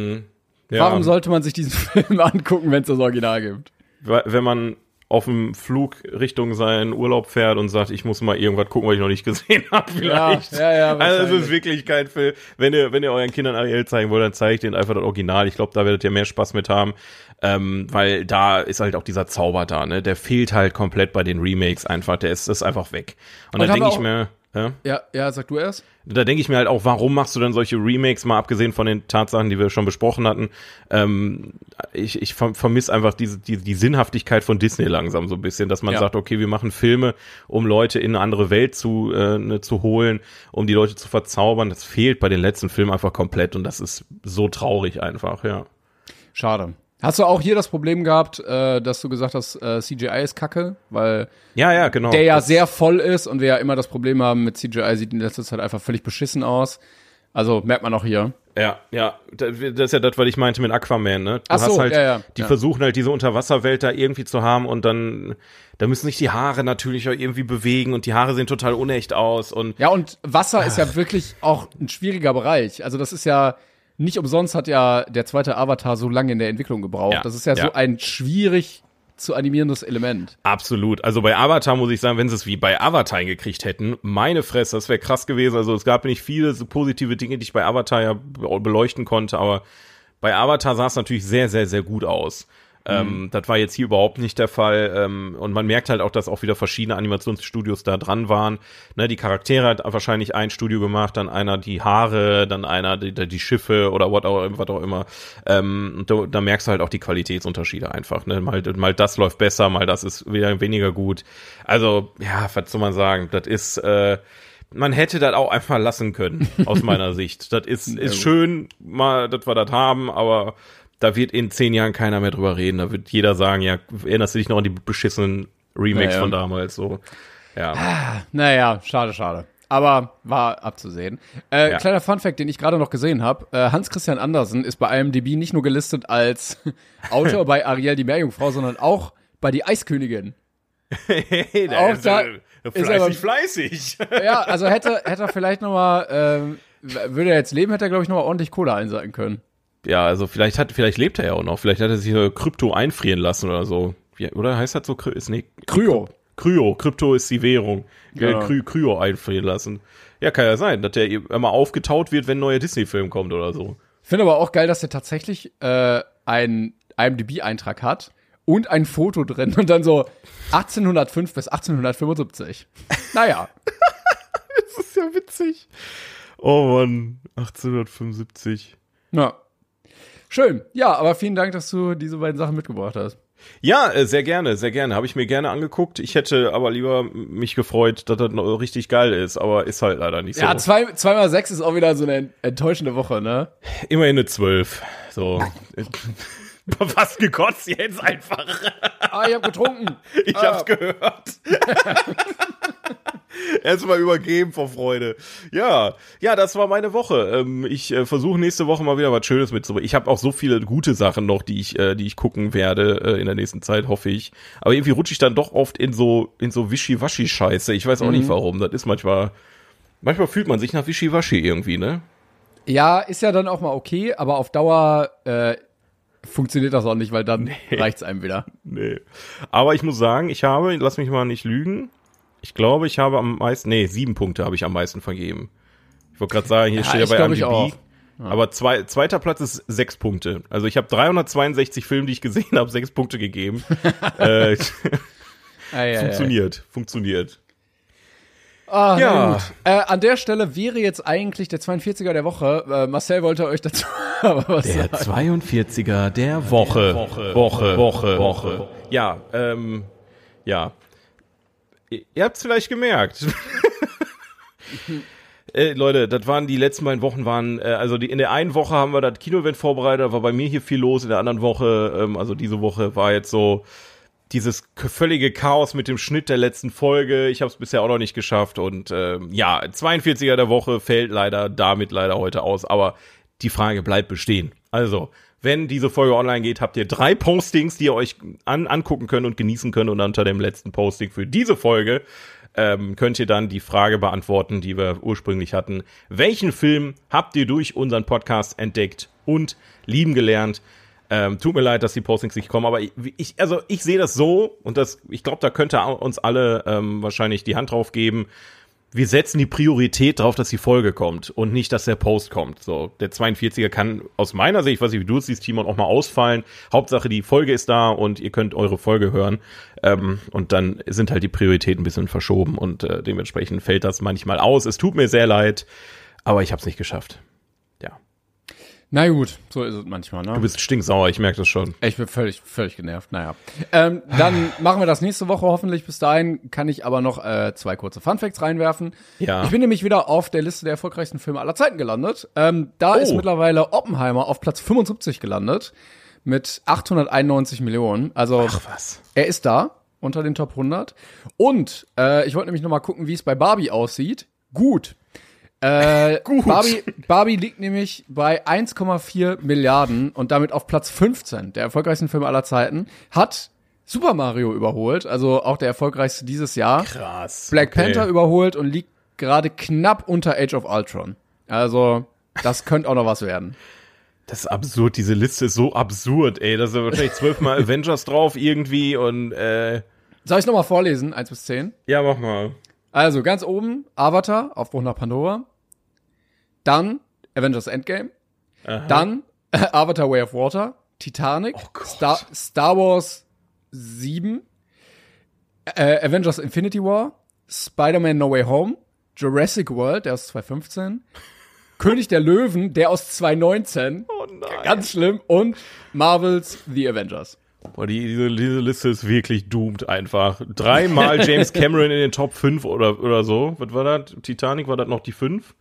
ja, Warum sollte man sich diesen Film angucken, wenn es das Original gibt? wenn man auf dem Flug Richtung seinen Urlaub fährt und sagt, ich muss mal irgendwas gucken, was ich noch nicht gesehen habe, vielleicht. Ja, ja, ja, also es wahrscheinlich. ist wirklich kein Film. Wenn ihr, wenn ihr euren Kindern Ariel zeigen wollt, dann zeigt ihnen einfach das Original. Ich glaube, da werdet ihr mehr Spaß mit haben, ähm, weil da ist halt auch dieser Zauber da, ne? Der fehlt halt komplett bei den Remakes einfach. Der ist, ist einfach weg. Und, Und dann haben denke wir ich mir, ja, Ja, ja, sag du erst. da denke ich mir halt auch, warum machst du dann solche Remakes, mal abgesehen von den Tatsachen, die wir schon besprochen hatten. Ähm, ich ich ver- vermisse einfach diese, die, die Sinnhaftigkeit von Disney langsam so ein bisschen, dass man Ja. sagt, okay, wir machen Filme, um Leute in eine andere Welt zu, äh, ne, zu holen, um die Leute zu verzaubern. Das fehlt bei den letzten Filmen einfach komplett, und das ist so traurig einfach, ja. Schade. Hast du auch hier das Problem gehabt, äh, dass du gesagt hast, äh, C G I ist kacke? Weil Ja, ja, genau. der ja Das- sehr voll ist und wir ja immer das Problem haben mit C G I, sieht in letzter Zeit einfach völlig beschissen aus. Also merkt man auch hier. Ja, ja, das ist ja das, was ich meinte mit Aquaman, ne? Du Ach so, hast halt, ja, ja, die ja. versuchen halt diese Unterwasserwelt da irgendwie zu haben, und dann, da müssen sich die Haare natürlich auch irgendwie bewegen, und die Haare sehen total unecht aus, und Ja, und Wasser ist ja wirklich auch ein schwieriger Bereich. Also das ist ja, nicht umsonst hat ja der zweite Avatar so lange in der Entwicklung gebraucht. Ja, Das ist ja, ja. so ein schwierig zu animierendes Element. absolut. Also bei Avatar muss ich sagen, wenn sie es wie bei Avatar hingekriegt hätten, meine Fresse, das wäre krass gewesen. Also es gab nicht viele so positive Dinge, die ich bei Avatar ja be- beleuchten konnte, aber bei Avatar sah es natürlich sehr, sehr, sehr gut aus. Ähm, das war jetzt hier überhaupt nicht der Fall. Ähm, und man merkt halt auch, dass auch wieder verschiedene Animationsstudios da dran waren. Ne, die Charaktere hat wahrscheinlich ein Studio gemacht, dann einer die Haare, dann einer die, die Schiffe oder what auch, was auch immer. Ähm, und da, da merkst du halt auch die Qualitätsunterschiede einfach. Ne? Mal, mal das läuft besser, mal das ist wieder weniger gut. Also, ja, was soll man sagen? Das ist, äh, man hätte das auch einfach lassen können, aus meiner Sicht. Das ist, ist schön, mal, dass wir das haben, aber da wird in zehn Jahren keiner mehr drüber reden. Da wird jeder sagen, ja, erinnerst du dich noch an die beschissenen Remakes Ja, ja. von damals? So, ja. Naja, schade, schade. Aber war abzusehen. Äh, Ja. Kleiner Funfact, den ich gerade noch gesehen habe. Äh, Hans Christian Andersen ist bei I M D B nicht nur gelistet als Autor bei Ariel die Meerjungfrau, sondern auch bei Die Eiskönigin. Hey, der Auch ist, da äh, ist aber- fleißig, fleißig. Ja, also hätte, hätte er vielleicht noch mal, ähm, würde er jetzt leben, hätte er, glaube ich, noch mal ordentlich Kohle einsacken können. Ja, also vielleicht hat, vielleicht lebt er ja auch noch. Vielleicht hat er sich äh, Krypto einfrieren lassen oder so. Wie, oder heißt das so? Kry- Ist, nee, Kryo. Kryo. Krypto ist die Währung. Genau. Äh, Kry, Kryo einfrieren lassen. Ja, kann ja sein, dass der immer aufgetaut wird, wenn ein neuer Disney-Film kommt oder so. Ich finde aber auch geil, dass er tatsächlich äh, einen I M D B-Eintrag hat und ein Foto drin und dann so achtzehnhundertfünf bis achtzehnhundertfünfundsiebzig. Naja. Das ist ja witzig. Oh Mann, achtzehnhundertfünfundsiebzig. Ja. Schön. Ja, aber vielen Dank, dass du diese beiden Sachen mitgebracht hast. Ja, äh, sehr gerne, sehr gerne. Habe ich mir gerne angeguckt. Ich hätte aber lieber mich gefreut, dass das noch richtig geil ist, aber ist halt leider nicht so. Ja, zwei, zweimal sechs ist auch wieder so eine enttäuschende Woche, ne? Immerhin eine zwölf. So. Was gekotzt jetzt einfach? Ah, ich hab getrunken. Ich Ah. hab's gehört. Erstmal übergeben vor Freude. Ja, ja, das war meine Woche. Ähm, ich äh, versuche nächste Woche mal wieder was Schönes mitzubringen. Ich habe auch so viele gute Sachen noch, die ich, äh, die ich gucken werde äh, in der nächsten Zeit, hoffe ich. Aber irgendwie rutsche ich dann doch oft in so in so Wischiwaschi-Scheiße. Ich weiß auch nicht warum. Das ist manchmal. Manchmal fühlt man sich nach Wischiwaschi irgendwie, ne? Ja, ist ja dann auch mal okay, aber auf Dauer äh, funktioniert das auch nicht, weil dann nee. reicht's einem wieder. Nee. Aber ich muss sagen, ich habe, lass mich mal nicht lügen, ich glaube, ich habe am meisten, nee, sieben Punkte habe ich am meisten vergeben. Ich wollte gerade sagen, hier ja, steht ja bei I M D B. Ja. Aber zwei, zweiter Platz ist sechs Punkte. Also ich habe dreihundertzweiundsechzig Filme, die ich gesehen habe, sechs Punkte gegeben. äh, ei, funktioniert, ei, ei. funktioniert. Ah, ja. Gut. Äh, an der Stelle wäre jetzt eigentlich der zweiundvierziger der Woche. Äh, Marcel wollte euch dazu aber was der sagen. zweiundvierziger der Woche. Woche, Woche, Woche, Woche. Ja, ähm, ja. Ihr habt's vielleicht gemerkt. Äh, Leute, das waren die letzten beiden Wochen waren, äh, also die, in der einen Woche haben wir das Kino-Event vorbereitet, da war bei mir hier viel los, in der anderen Woche, ähm, also diese Woche war jetzt so dieses völlige Chaos mit dem Schnitt der letzten Folge, ich habe es bisher auch noch nicht geschafft und ähm, ja, zweiundvierziger der Woche fällt leider damit leider heute aus, aber die Frage bleibt bestehen. Also, wenn diese Folge online geht, habt ihr drei Postings, die ihr euch an, angucken könnt und genießen könnt und unter dem letzten Posting für diese Folge Ähm, könnt ihr dann die Frage beantworten, die wir ursprünglich hatten. Welchen Film habt ihr durch unseren Podcast entdeckt und lieben gelernt? Ähm, tut mir leid, dass die Postings nicht kommen, aber ich, ich also ich sehe das so und das, ich glaube, da könnte uns alle ähm, wahrscheinlich die Hand drauf geben. Wir setzen die Priorität drauf, dass die Folge kommt und nicht, dass der Post kommt. So, der zweiundvierziger kann aus meiner Sicht, ich weiß nicht, wie du es siehst, Timon, auch mal ausfallen. Hauptsache, die Folge ist da und ihr könnt eure Folge hören. Ähm, und dann sind halt die Prioritäten ein bisschen verschoben und äh, dementsprechend fällt das manchmal aus. Es tut mir sehr leid, aber ich habe es nicht geschafft. Ja. Na gut, so ist es manchmal, ne? Du bist stinksauer, ich merke das schon. Ich bin völlig, völlig genervt, naja. Ähm, dann machen wir das nächste Woche hoffentlich. Bis dahin kann ich aber noch äh, zwei kurze Funfacts reinwerfen. Ja. Ich bin nämlich wieder auf der Liste der erfolgreichsten Filme aller Zeiten gelandet. Ähm, da oh. ist mittlerweile Oppenheimer auf Platz fünfundsiebzig gelandet mit achthunderteinundneunzig Millionen. Also Ach was. Er ist da unter den Top hundert. Und äh, ich wollte nämlich noch mal gucken, wie es bei Barbie aussieht. Gut. Äh, Gut. Barbie, Barbie liegt nämlich bei eins Komma vier Milliarden und damit auf Platz fünfzehn der erfolgreichsten Filme aller Zeiten. Hat Super Mario überholt, also auch der erfolgreichste dieses Jahr. Krass. Black okay. Panther überholt und liegt gerade knapp unter Age of Ultron. Also, das könnte auch noch was werden. Das ist absurd, diese Liste ist so absurd, ey. Da sind wahrscheinlich zwölfmal Avengers drauf irgendwie und äh Soll ich noch mal vorlesen, eins bis zehn? Ja, mach mal. Also, ganz oben, Avatar, Aufbruch nach Pandora. Dann Avengers Endgame. Aha. Dann äh, Avatar Way of Water. Titanic. Oh Star, Star Wars sieben. Äh, Avengers Infinity War. Spider-Man No Way Home. Jurassic World, der aus zwanzig fünfzehn. König der Löwen, der aus zwanzig neunzehn. Oh nein. Ganz schlimm. Und Marvels The Avengers. Boah, die, diese, diese Liste ist wirklich doomed einfach. Dreimal James Cameron in den Top fünf oder, oder so. Was war das? Titanic, war das noch die fünf?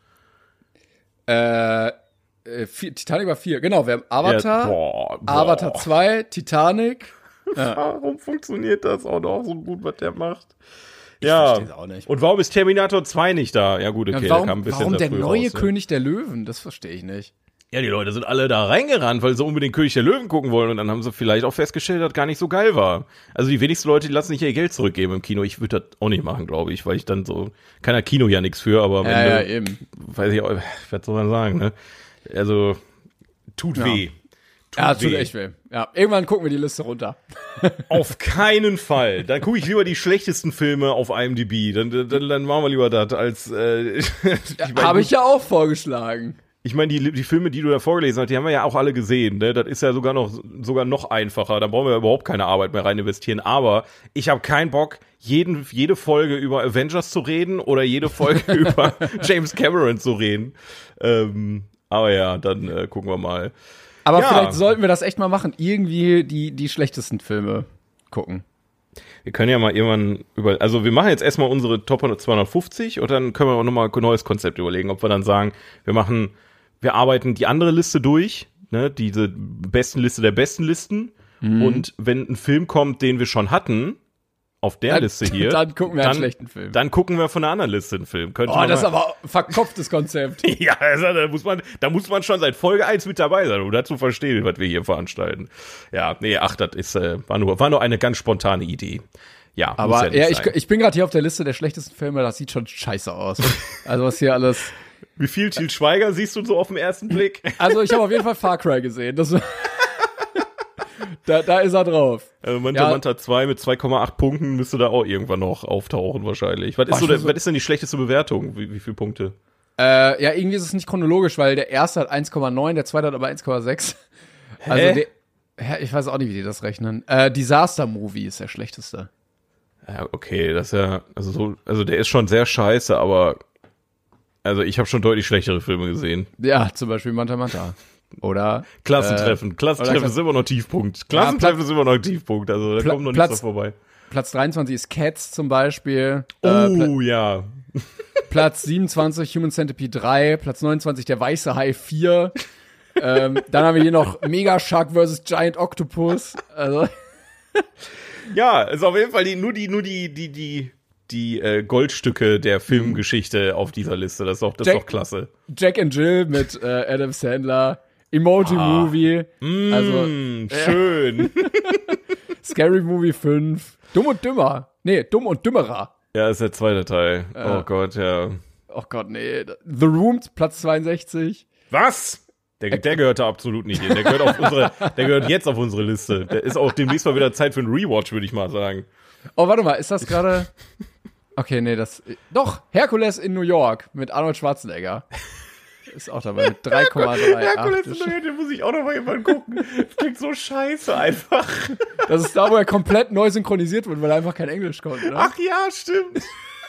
Äh, äh vier, Titanic war vier, genau. Wir haben Avatar, ja, boah, boah. Avatar zwei, Titanic. Ja. Warum funktioniert das auch noch so gut, was der macht? Ich ja. versteh's auch nicht. Und warum ist Terminator zwei nicht da? Ja gut, okay, ja, warum, der kam ein bisschen warum der neue raus, König der Löwen? Das verstehe ich nicht. Ja, die Leute sind alle da reingerannt, weil sie unbedingt König der Löwen gucken wollen und dann haben sie vielleicht auch festgestellt, dass das gar nicht so geil war. Also die wenigsten Leute, die lassen nicht ihr Geld zurückgeben im Kino. Ich würde das auch nicht machen, glaube ich, weil ich dann so, kann ja Kino ja nichts für, aber am ja, Ende, ja, eben. weiß ich auch, was soll man sagen, ne? Also, tut ja. weh. Tut ja, tut weh. echt weh. Ja, irgendwann gucken wir die Liste runter. Auf keinen Fall. Dann gucke ich lieber die schlechtesten Filme auf I M D B. Dann, dann, dann machen wir lieber das als, äh, ja, habe ich ja auch vorgeschlagen. Ich meine, die, die Filme, die du da vorgelesen hast, die haben wir ja auch alle gesehen, ne? Das ist ja sogar noch, sogar noch einfacher. Da brauchen wir ja überhaupt keine Arbeit mehr rein investieren. Aber ich habe keinen Bock, jeden, jede Folge über Avengers zu reden oder jede Folge über James Cameron zu reden. Ähm, aber ja, dann äh, gucken wir mal. Aber ja. vielleicht sollten wir das echt mal machen. Irgendwie die, die schlechtesten Filme gucken. Wir können ja mal irgendwann über, also wir machen jetzt erstmal unsere Top zweihundertfünfzig und dann können wir auch nochmal ein neues Konzept überlegen, ob wir dann sagen, wir machen, wir arbeiten die andere Liste durch, ne, diese besten Liste der besten Listen mhm. und wenn ein Film kommt, den wir schon hatten, auf der dann, Liste hier, dann gucken wir dann, einen schlechten Film. Dann gucken wir von einer anderen Liste einen Film. Könnte oh, das ist aber ein verkopftes Konzept. Ja, also, da muss man, da muss man schon seit Folge eins mit dabei sein, um dazu verstehen, was wir hier veranstalten. Ja, nee, ach, das ist, äh, war nur, war nur eine ganz spontane Idee. ja, Aber muss ja, nicht ja, ich, sein. ich bin gerade hier auf der Liste der schlechtesten Filme, das sieht schon scheiße aus. Also was hier alles. Wie viel Til Schweiger siehst du so auf den ersten Blick? Also ich habe auf jeden Fall Far Cry gesehen. Das, da, da ist er drauf. Also Manta Ja. Manta zwei mit zwei Komma acht Punkten müsste da auch irgendwann noch auftauchen wahrscheinlich. Was ist, Ach, so der, so- was ist denn die schlechteste Bewertung? Wie, wie viele Punkte? Äh, ja, irgendwie ist es nicht chronologisch, weil der erste hat eins Komma neun, der zweite hat aber eins Komma sechs. Also Hä? der, ja, ich weiß auch nicht, wie die das rechnen. Äh, Disaster Movie ist der schlechteste. Ja, okay, das ist ja, also so, also der ist schon sehr scheiße, aber also ich habe schon deutlich schlechtere Filme gesehen. Ja, zum Beispiel Manta Manta. Oder Klassentreffen, äh, Klassentreffen oder ist immer noch Tiefpunkt. Klassentreffen Platz- ist immer noch Tiefpunkt, also da Pla- kommt noch Platz- nichts da vorbei. Platz dreiundzwanzig ist Cats zum Beispiel. Oh, Äh, Pla ja. Platz siebenundzwanzig Human Centipede drei. Platz neunundzwanzig Der Weiße Hai vier. ähm, dann haben wir hier noch Mega Shark versus Giant Octopus. Also, Ja, ist auf jeden Fall die, nur die, nur die, die, die, die äh, Goldstücke der Filmgeschichte auf dieser Liste. Das ist doch, das ist Jack- doch klasse. Jack and Jill mit äh, Adam Sandler. Emoji Movie. Also, Mm, schön. Scary Movie fünf. Dumm und Dümmer. Nee, Dumm und Dümmerer. Ja, ist der zweite Teil. Oh Gott, ja. Oh Gott, nee. The Room, Platz zweiundsechzig. Was? Der, der gehört da absolut nicht hin. Der gehört auf unsere, der gehört jetzt auf unsere Liste. Der ist auch demnächst mal wieder Zeit für einen Rewatch, würde ich mal sagen. Oh, warte mal, ist das gerade. Okay, nee, das. Doch, Hercules in New York mit Arnold Schwarzenegger. Ist auch dabei mit drei Komma Herkules dreiundachtzig. in der den muss ich auch noch mal jemanden gucken. Das klingt so scheiße einfach. Das ist da, wo er komplett neu synchronisiert wird, weil er einfach kein Englisch konnte. Ne? Ach ja, stimmt.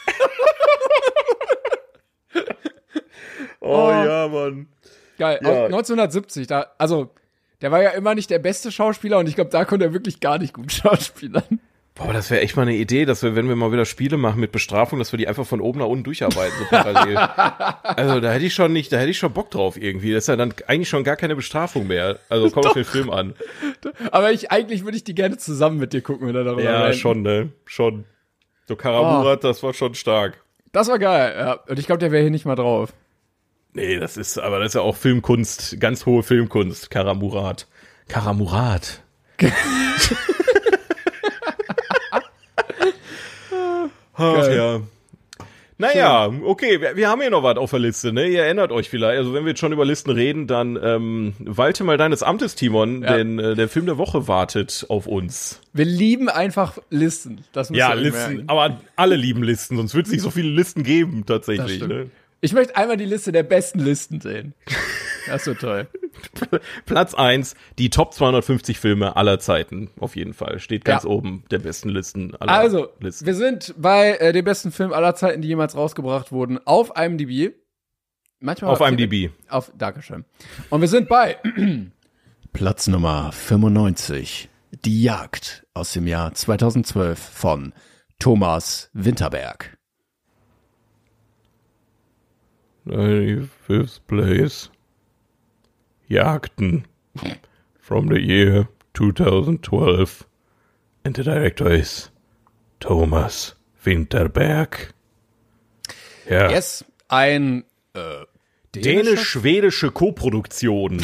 oh ja, Mann. Geil. Ja. Aus neunzehnhundertsiebzig, da, also, der war ja immer nicht der beste Schauspieler und ich glaube, da konnte er wirklich gar nicht gut schauspielern. Boah, das wäre echt mal eine Idee, dass wir, wenn wir mal wieder Spiele machen mit Bestrafung, dass wir die einfach von oben nach unten durcharbeiten, so parallel. Also da hätte ich schon nicht, da hätte ich schon Bock drauf irgendwie. Das ist ja dann eigentlich schon gar keine Bestrafung mehr. Also komm auf den Film an. Aber ich, eigentlich würde ich die gerne zusammen mit dir gucken, wenn er darüber Ja, reden. schon, ne? Schon. So Karamurat, das war schon stark. Das war geil, ja. Und ich glaube, der wäre hier nicht mal drauf. Nee, das ist, aber das ist ja auch Filmkunst, ganz hohe Filmkunst. Karamurat. Karamurat. Ach Geil. ja. Naja, okay, wir, wir haben hier noch was auf der Liste, ne? Ihr erinnert euch vielleicht, also wenn wir jetzt schon über Listen reden, dann ähm, walte mal deines Amtes, Timon, Ja. denn äh, der Film der Woche wartet auf uns. Wir lieben einfach Listen. Das musst Ja, du dir Listen, merken. aber alle lieben Listen, sonst wird es nicht so viele Listen geben, Das tatsächlich. stimmt. Ne? Ich möchte einmal die Liste der besten Listen sehen. Das ist so toll. Platz eins, die Top zweihundertfünfzig Filme aller Zeiten, auf jeden Fall. Steht ganz Ja. oben der besten Listen aller Also, Listen. wir sind bei äh, den besten Filmen aller Zeiten, die jemals rausgebracht wurden, auf IMDb. Manchmal Auf IMDb. Auf, Dankeschön. Und wir sind bei Platz Nummer fünfundneunzig. Die Jagd aus dem Jahr zweitausendzwölf von Thomas Winterberg. Fifth place. Jagden. From the year twenty twelve. And the director is Thomas Winterberg. Ja. Yes, ein äh, Dänisch-schwedische Koproduktion.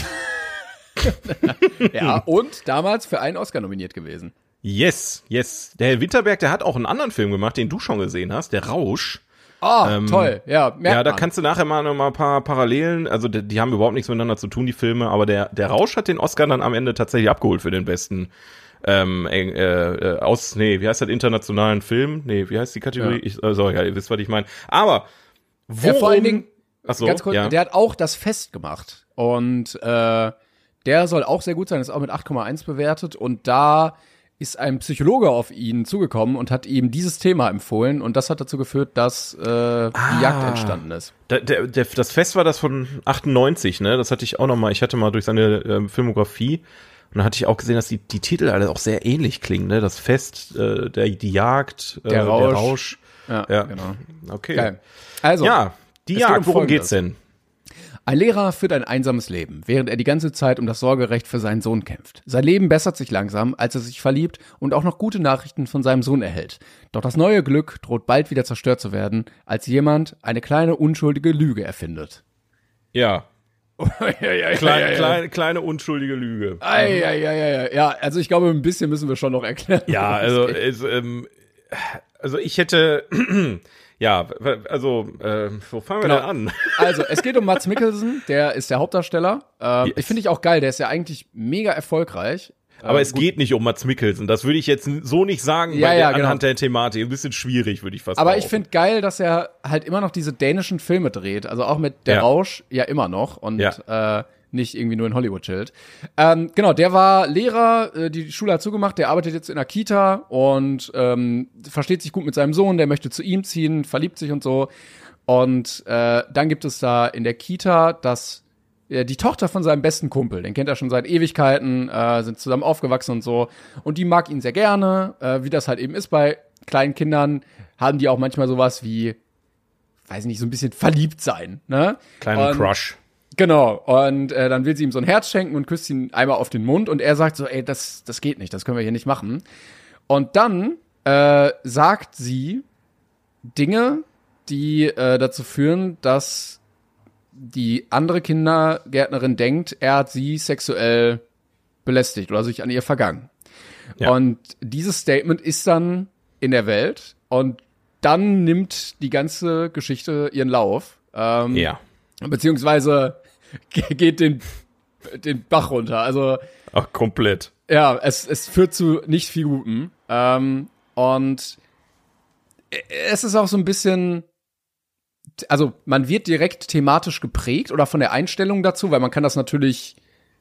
Ja, und damals für einen Oscar nominiert gewesen. Yes, yes. Der Herr Winterberg, der hat auch einen anderen Film gemacht, den du schon gesehen hast, der Rausch. Ah, toll. Ja, merkt Ja, da man. kannst du nachher mal noch mal ein paar Parallelen, also die, die haben überhaupt nichts miteinander zu tun, die Filme, aber der, der Rausch hat den Oscar dann am Ende tatsächlich abgeholt für den besten ähm, äh, äh, aus, nee, wie heißt das, internationalen Film? Nee, wie heißt die Kategorie? Ja. Ich, also, ja, ihr wisst, was ich meine. Aber, worum, Ja, vor allen Dingen, ach so, ganz kurz, ja. der hat auch das Fest gemacht. Und äh, der soll auch sehr gut sein, ist auch mit acht Komma eins bewertet. Und da ist ein Psychologe auf ihn zugekommen und hat ihm dieses Thema empfohlen. Und das hat dazu geführt, dass äh, die Jagd entstanden ist. Der, der, der, das Fest war das von achtundneunzig, ne? Das hatte ich auch noch mal. Ich hatte mal durch seine ähm, Filmografie und dann hatte ich auch gesehen, dass die, die Titel alle auch sehr ähnlich klingen, ne? Das Fest, äh, der, die Jagd, äh, Der Rausch. der Rausch. Ja, Ja. genau. Okay. Geil. Also, Ja, die es geht Jagd, um worum Folgendes. geht's denn? Ein Lehrer führt ein einsames Leben, während er die ganze Zeit um das Sorgerecht für seinen Sohn kämpft. Sein Leben bessert sich langsam, als er sich verliebt und auch noch gute Nachrichten von seinem Sohn erhält. Doch das neue Glück droht bald wieder zerstört zu werden, als jemand eine kleine unschuldige Lüge erfindet. Ja, Kleine, kleine, kleine, kleine unschuldige Lüge. Ja, ja, ja, ja. Ja, also ich glaube, ein bisschen müssen wir schon noch erklären. Ja, worum es also geht. es, ähm, also ich hätte, ja, also, äh, wo fangen wir Genau. denn an? Also, es geht um Mads Mikkelsen, der ist der Hauptdarsteller. Ähm, Yes. Ich finde ich auch geil, der ist ja eigentlich mega erfolgreich. Aber Ähm, es gut. geht nicht um Mats Mikkelsen. Das würde ich jetzt so nicht sagen, Ja, bei ja, der, genau. anhand der Thematik. Ein bisschen schwierig, würde ich fast Aber ich behaupten. finde geil, dass er halt immer noch diese dänischen Filme dreht. Also auch mit Der Ja. Rausch ja immer noch und Ja. äh, nicht irgendwie nur in Hollywood chillt. Ähm, genau, der war Lehrer, äh, die Schule hat zugemacht, der arbeitet jetzt in einer Kita und ähm, versteht sich gut mit seinem Sohn, der möchte zu ihm ziehen, verliebt sich und so. Und äh, dann gibt es da in der Kita das äh, die Tochter von seinem besten Kumpel, den kennt er schon seit Ewigkeiten, äh, sind zusammen aufgewachsen und so. Und die mag ihn sehr gerne, äh, wie das halt eben ist bei kleinen Kindern, haben die auch manchmal sowas wie, weiß nicht, so ein bisschen verliebt sein, ne? Kleinen Und- Crush. Genau, und äh, dann will sie ihm so ein Herz schenken und küsst ihn einmal auf den Mund und er sagt so, ey, das, das geht nicht, das können wir hier nicht machen. Und dann äh, sagt sie Dinge, die äh, dazu führen, dass die andere Kindergärtnerin denkt, er hat sie sexuell belästigt oder sich an ihr vergangen. Ja. Und dieses Statement ist dann in der Welt und dann nimmt die ganze Geschichte ihren Lauf. Ähm, Ja. Beziehungsweise ge- geht den, den Bach runter. Also, Ach, komplett. ja, es, es führt zu nicht viel Gutem. Ähm, und es ist auch so ein bisschen, also man wird direkt thematisch geprägt oder von der Einstellung dazu, weil man kann das natürlich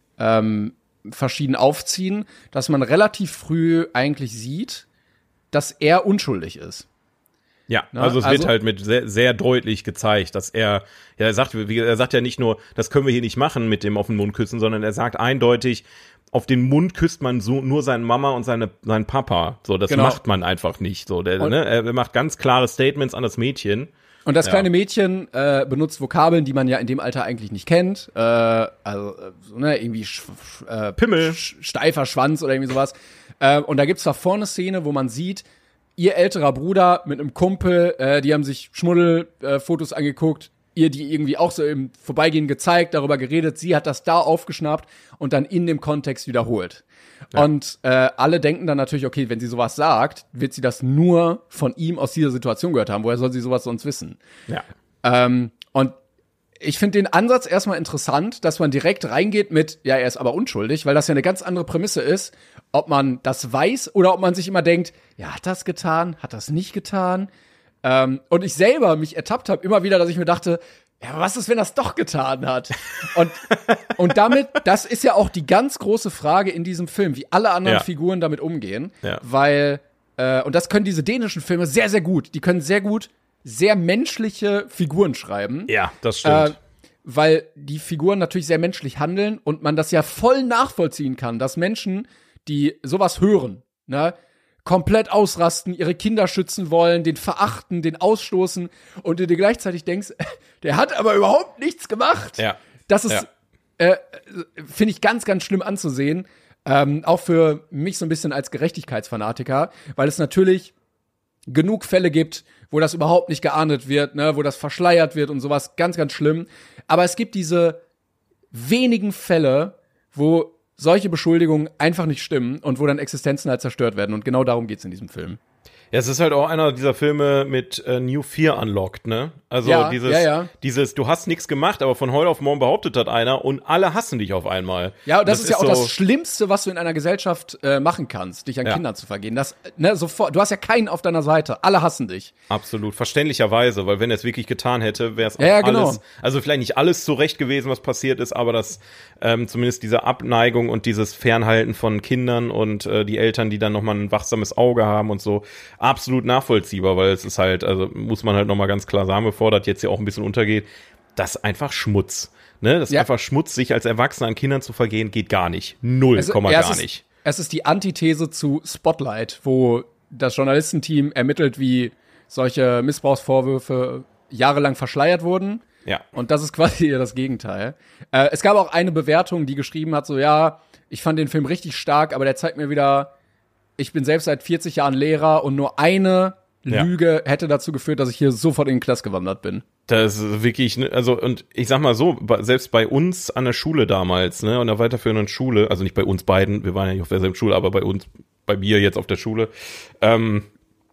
ähm, verschieden aufziehen, dass man relativ früh eigentlich sieht, dass er unschuldig ist. Ja, Ne? also es Also- wird halt mit sehr, sehr deutlich gezeigt, dass er, ja, er sagt, wie- er sagt ja nicht nur, das können wir hier nicht machen mit dem auf den Mund küssen, sondern er sagt eindeutig, auf den Mund küsst man so nur seine Mama und seine, seinen Papa. So, das Genau. macht man einfach nicht. So, der, Und- ne, er macht ganz klare Statements an das Mädchen. Und das Ja. kleine Mädchen äh, benutzt Vokabeln, die man ja in dem Alter eigentlich nicht kennt. Äh, also, äh, so, ne, irgendwie sch, sch, äh, Pimmel. sch, steifer Schwanz oder irgendwie sowas. Äh, und da gibt's da vorne eine Szene, wo man sieht, ihr älterer Bruder mit einem Kumpel, äh, die haben sich Schmuddelfotos äh, angeguckt, ihr die irgendwie auch so im Vorbeigehen gezeigt, darüber geredet, sie hat das da aufgeschnappt und dann in dem Kontext wiederholt. Ja. Und äh, alle denken dann natürlich, okay, wenn sie sowas sagt, wird sie das nur von ihm aus dieser Situation gehört haben. Woher soll sie sowas sonst wissen? Ja. Ähm, und ich finde den Ansatz erstmal interessant, dass man direkt reingeht mit, ja, er ist aber unschuldig, weil das ja eine ganz andere Prämisse ist, ob man das weiß oder ob man sich immer denkt, ja, hat das getan, hat das nicht getan? Ähm, und ich selber mich ertappt habe immer wieder, dass ich mir dachte, ja, was ist, wenn das doch getan hat? Und, und damit, das ist ja auch die ganz große Frage in diesem Film, wie alle anderen Ja. Figuren damit umgehen, Ja. weil, äh, und das können diese dänischen Filme sehr, sehr gut. Die können sehr gut sehr menschliche Figuren schreiben. Ja, das stimmt. Äh, weil die Figuren natürlich sehr menschlich handeln und man das ja voll nachvollziehen kann, dass Menschen, die sowas hören, ne, komplett ausrasten, ihre Kinder schützen wollen, den verachten, den ausstoßen und du dir gleichzeitig denkst, der hat aber überhaupt nichts gemacht. Ja. Das ist, Ja. äh, finde ich ganz, ganz schlimm anzusehen. Ähm, auch für mich so ein bisschen als Gerechtigkeitsfanatiker, weil es natürlich genug Fälle gibt, wo das überhaupt nicht geahndet wird, ne, wo das verschleiert wird und sowas, ganz, ganz schlimm. Aber es gibt diese wenigen Fälle, wo solche Beschuldigungen einfach nicht stimmen und wo dann Existenzen halt zerstört werden. Und genau darum geht's in diesem Film. Ja, es ist halt auch einer dieser Filme mit äh, New Fear Unlocked, ne? Also Ja, dieses, ja, ja. dieses, du hast nichts gemacht, aber von heute auf morgen behauptet hat einer und alle hassen dich auf einmal. Ja, und das, ist ja auch so, das Schlimmste, was du in einer Gesellschaft äh, machen kannst, dich an Ja. Kindern zu vergehen. Das, ne, sofort, du hast ja keinen auf deiner Seite. Alle hassen dich. Absolut, verständlicherweise, weil wenn er es wirklich getan hätte, wäre es Ja, ja, genau. alles, also vielleicht nicht alles so recht gewesen, was passiert ist, aber das ähm, zumindest diese Abneigung und dieses Fernhalten von Kindern und äh, die Eltern, die dann nochmal ein wachsames Auge haben und so, absolut nachvollziehbar, weil es ist halt, also muss man halt nochmal ganz klar sagen, bevor das jetzt ja auch ein bisschen untergeht, das ist einfach Schmutz. Ne? Das ist Ja. einfach Schmutz, sich als Erwachsener an Kindern zu vergehen, geht gar nicht. Null, Es- Komma ja, es gar ist, nicht. Es ist die Antithese zu Spotlight, wo das Journalistenteam ermittelt, wie solche Missbrauchsvorwürfe jahrelang verschleiert wurden. Ja. Und das ist quasi das Gegenteil. Äh, es gab auch eine Bewertung, die geschrieben hat, so, ja, ich fand den Film richtig stark, aber der zeigt mir wieder, ich bin selbst seit vierzig Jahren Lehrer und nur eine Ja. Lüge hätte dazu geführt, dass ich hier sofort in den Knast gewandert bin. Das ist wirklich, ne, also, und ich sag mal so, bei- selbst bei uns an der Schule damals, ne, an der weiterführenden Schule, also nicht bei uns beiden, wir waren ja nicht auf derselben Schule, aber bei uns, bei mir jetzt auf der Schule, ähm,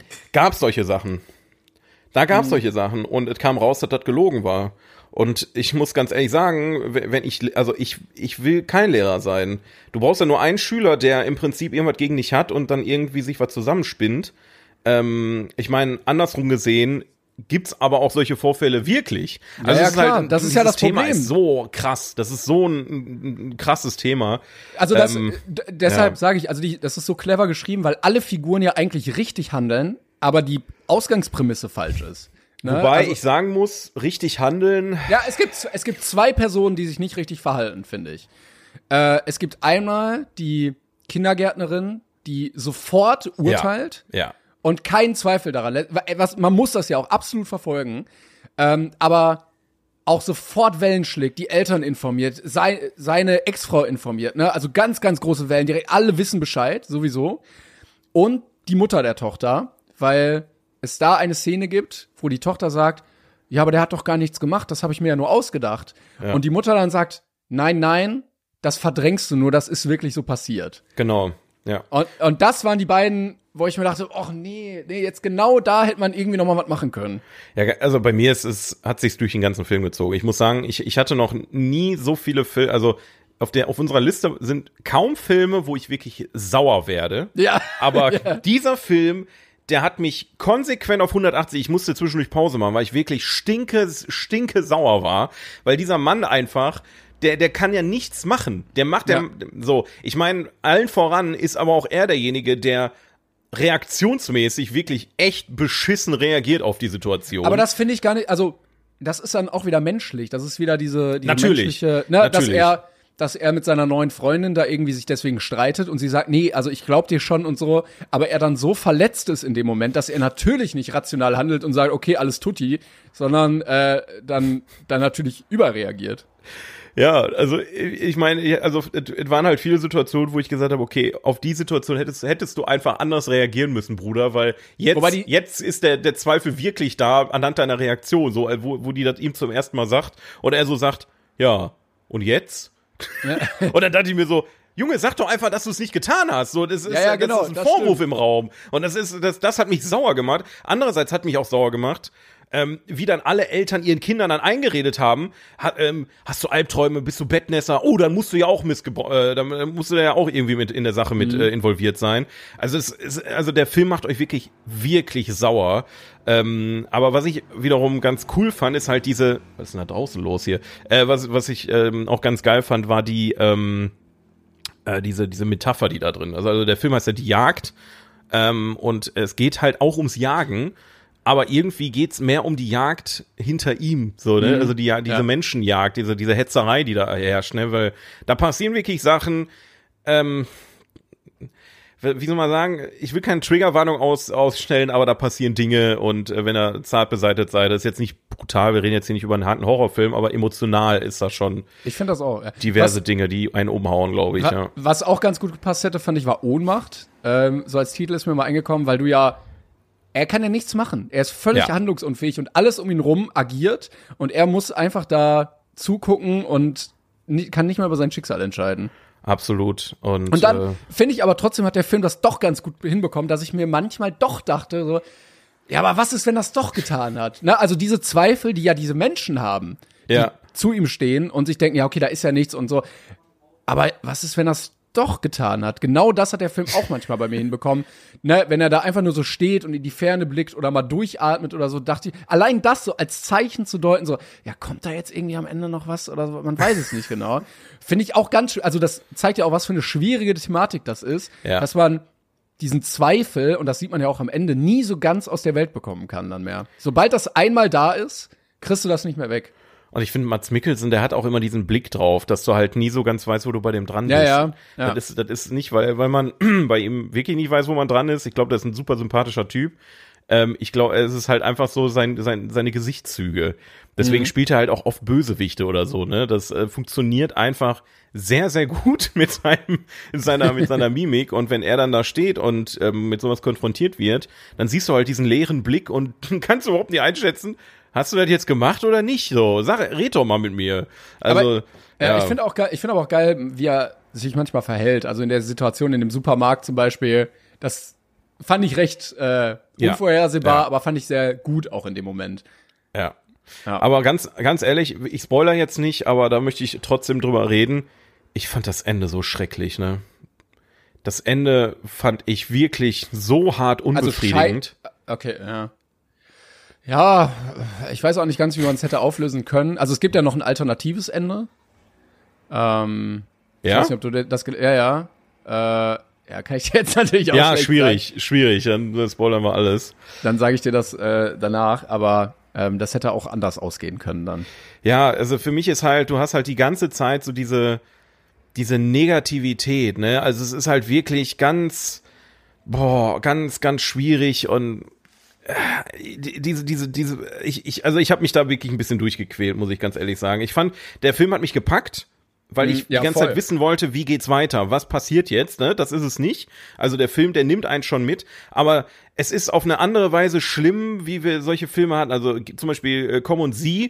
gab's solche Sachen. Da gab's mhm. solche Sachen und es kam raus, dass das gelogen war. Und ich muss ganz ehrlich sagen, wenn ich, also ich, ich will kein Lehrer sein. Du brauchst ja nur einen Schüler, der im Prinzip irgendwas gegen dich hat und dann irgendwie sich was zusammenspinnt. Ähm, ich meine, andersrum gesehen, gibt's aber auch solche Vorfälle wirklich. Also ja, ja, ist klar. Halt, das ist ja das Thema Problem. Ist so krass. Das ist so ein, ein krasses Thema. Also das, ähm, d- deshalb ja. sage ich, also die, das ist so clever geschrieben, weil alle Figuren ja eigentlich richtig handeln, aber die Ausgangsprämisse falsch ist. Ne? Wobei also, ich sagen muss, richtig handeln. Ja, es gibt es gibt zwei Personen, die sich nicht richtig verhalten, finde ich. Äh, es gibt einmal die Kindergärtnerin, die sofort urteilt. Ja. ja. Und keinen Zweifel daran lässt. Was, man muss das ja auch absolut verfolgen. Ähm, aber auch sofort Wellen schlägt, die Eltern informiert, sei, seine Ex-Frau informiert. Ne? Also ganz, ganz große Wellen. Direkt alle wissen Bescheid, sowieso. Und die Mutter der Tochter, weil es da eine Szene gibt, wo die Tochter sagt, ja, aber der hat doch gar nichts gemacht, das habe ich mir ja nur ausgedacht. Ja. Und die Mutter dann sagt, nein, nein, das verdrängst du nur, das ist wirklich so passiert. Genau, ja. Und, und das waren die beiden, wo ich mir dachte, ach nee, nee, jetzt genau da hätte man irgendwie noch mal was machen können. Ja, also bei mir ist es, hat sich's durch den ganzen Film gezogen. Ich muss sagen, ich, ich hatte noch nie so viele Filme, also auf der, auf unserer Liste sind kaum Filme, wo ich wirklich sauer werde. Ja. Aber ja. dieser Film, der hat mich konsequent auf hundertachtzig, ich musste zwischendurch Pause machen, weil ich wirklich stinke, stinke sauer war, weil dieser Mann einfach, der, der kann ja nichts machen. Der macht, der, ja. so, ich meine, allen voran ist aber auch er derjenige, der reaktionsmäßig wirklich echt beschissen reagiert auf die Situation. Aber das finde ich gar nicht, also, das ist dann auch wieder menschlich, das ist wieder diese, diese Natürlich. menschliche, ne, Natürlich. dass er, dass er mit seiner neuen Freundin da irgendwie sich deswegen streitet und sie sagt, nee, also ich glaub dir schon und so, aber er dann so verletzt ist in dem Moment, dass er natürlich nicht rational handelt und sagt, okay, alles tutti, sondern äh, dann, dann natürlich überreagiert. Ja, also ich meine, also es waren halt viele Situationen, wo ich gesagt habe, okay, auf die Situation hättest, hättest du einfach anders reagieren müssen, Bruder, weil jetzt, die, jetzt ist der, der Zweifel wirklich da anhand deiner Reaktion, so wo, wo die das ihm zum ersten Mal sagt und er so sagt, ja, und jetzt? Ja. Und dann dachte ich mir so, Junge, sag doch einfach, dass du es nicht getan hast. So, das ist, ja, ja, genau, das ist ein das Vorwurf stimmt. im Raum. Und das ist, das, das hat mich sauer gemacht. Andererseits hat mich auch sauer gemacht, ähm, wie dann alle Eltern ihren Kindern dann eingeredet haben. Hat, ähm, hast du Albträume, bist du Bettnässer? Oh, dann musst du ja auch missgebra- äh, dann musst du ja auch irgendwie mit in der Sache mit mhm. äh, involviert sein. Also es ist, also der Film macht euch wirklich, wirklich sauer. Ähm, aber was ich wiederum ganz cool fand, ist halt diese, was ist denn da draußen los hier? Äh, was, was ich ähm, auch ganz geil fand, war die, ähm, äh, diese, diese Metapher, die da drin. Also, also der Film heißt ja Die Jagd. Ähm, und es geht halt auch ums Jagen. Aber irgendwie geht's mehr um die Jagd hinter ihm, so, ne? Mhm. Also die, diese ja. Menschenjagd, diese, diese Hetzerei, die da herrscht, ne? Weil da passieren wirklich Sachen, ähm, wie soll man sagen, ich will keine Triggerwarnung aus, ausstellen, aber da passieren Dinge und äh, wenn er zart beseitigt sei, das ist jetzt nicht brutal, wir reden jetzt hier nicht über einen harten Horrorfilm, aber emotional ist das schon. Ich finde das auch. Ja. Diverse was, Dinge, die einen umhauen, glaube ich, wa- ja. Was auch ganz gut gepasst hätte, fand ich, war Ohnmacht. Ähm, so als Titel ist mir mal eingekommen, weil du ja, er kann ja nichts machen. Er ist völlig ja. handlungsunfähig und alles um ihn rum agiert und er muss einfach da zugucken und nie, kann nicht mal über sein Schicksal entscheiden. Absolut. Und, und dann äh, finde ich aber trotzdem hat der Film das doch ganz gut hinbekommen, dass ich mir manchmal doch dachte, so, ja, aber was ist, wenn das doch getan hat? Na, also diese Zweifel, die ja diese Menschen haben, die ja. zu ihm stehen und sich denken, ja, okay, da ist ja nichts und so. Aber was ist, wenn das doch getan hat? Genau das hat der Film auch manchmal bei mir hinbekommen. Ne, wenn er da einfach nur so steht und in die Ferne blickt oder mal durchatmet oder so, dachte ich, allein das so als Zeichen zu deuten, so, ja, kommt da jetzt irgendwie am Ende noch was oder so, man weiß es nicht genau. Finde ich auch ganz, also das zeigt ja auch, was für eine schwierige Thematik das ist, ja. dass man diesen Zweifel, und das sieht man ja auch am Ende, nie so ganz aus der Welt bekommen kann dann mehr. Sobald das einmal da ist, kriegst du das nicht mehr weg. Und ich finde, Mads Mikkelsen, der hat auch immer diesen Blick drauf, dass du halt nie so ganz weißt, wo du bei dem dran bist. Ja, ja. ja. Das ist, das ist nicht, weil, weil man bei ihm wirklich nicht weiß, wo man dran ist. Ich glaube, das ist ein super sympathischer Typ. Ähm, ich glaube, es ist halt einfach so sein, sein, seine Gesichtszüge. Deswegen mhm. spielt er halt auch oft Bösewichte oder so, ne? Das äh, funktioniert einfach sehr, sehr gut mit seinem, seiner, mit seiner Mimik. Und wenn er dann da steht und ähm, mit sowas konfrontiert wird, dann siehst du halt diesen leeren Blick und kannst überhaupt nicht einschätzen, hast du das jetzt gemacht oder nicht? So, sag, red doch mal mit mir. Also, aber, ja, ja. ich finde auch geil, ich finde aber auch geil, wie er sich manchmal verhält. Also in der Situation in dem Supermarkt zum Beispiel, das fand ich recht äh, Ja. unvorhersehbar, Ja. aber fand ich sehr gut auch in dem Moment. Ja. Ja. Aber ganz, ganz ehrlich, ich spoiler jetzt nicht, aber da möchte ich trotzdem drüber reden. Ich fand das Ende so schrecklich, ne? Das Ende fand ich wirklich so hart unbefriedigend. Also schei- okay, ja. Ja, ich weiß auch nicht ganz, wie man es hätte auflösen können. Also es gibt ja noch ein alternatives Ende. Ähm, ich Ja? weiß nicht, ob du das, ge- ja, ja. Äh, ja, kann ich dir jetzt natürlich auch Ja, schlecht schwierig, schwierig. Dann spoilern wir alles. sagen. Dann sage ich dir das äh, danach, aber ähm, das hätte auch anders ausgehen können dann. Ja, also für mich ist halt, du hast halt die ganze Zeit so diese, diese Negativität, ne? Also es ist halt wirklich ganz, boah, ganz, ganz schwierig und äh, die- diese, diese, diese, ich, ich, also ich habe mich da wirklich ein bisschen durchgequält, muss ich ganz ehrlich sagen. Ich fand, der Film hat mich gepackt, weil ich Mhm, ja, die ganze voll. Zeit wissen wollte, wie geht's weiter, was passiert jetzt, ne? Das ist es nicht. Also der Film, der nimmt einen schon mit, aber es ist auf eine andere Weise schlimm, wie wir solche Filme hatten. Also zum Beispiel äh, Komm und Sie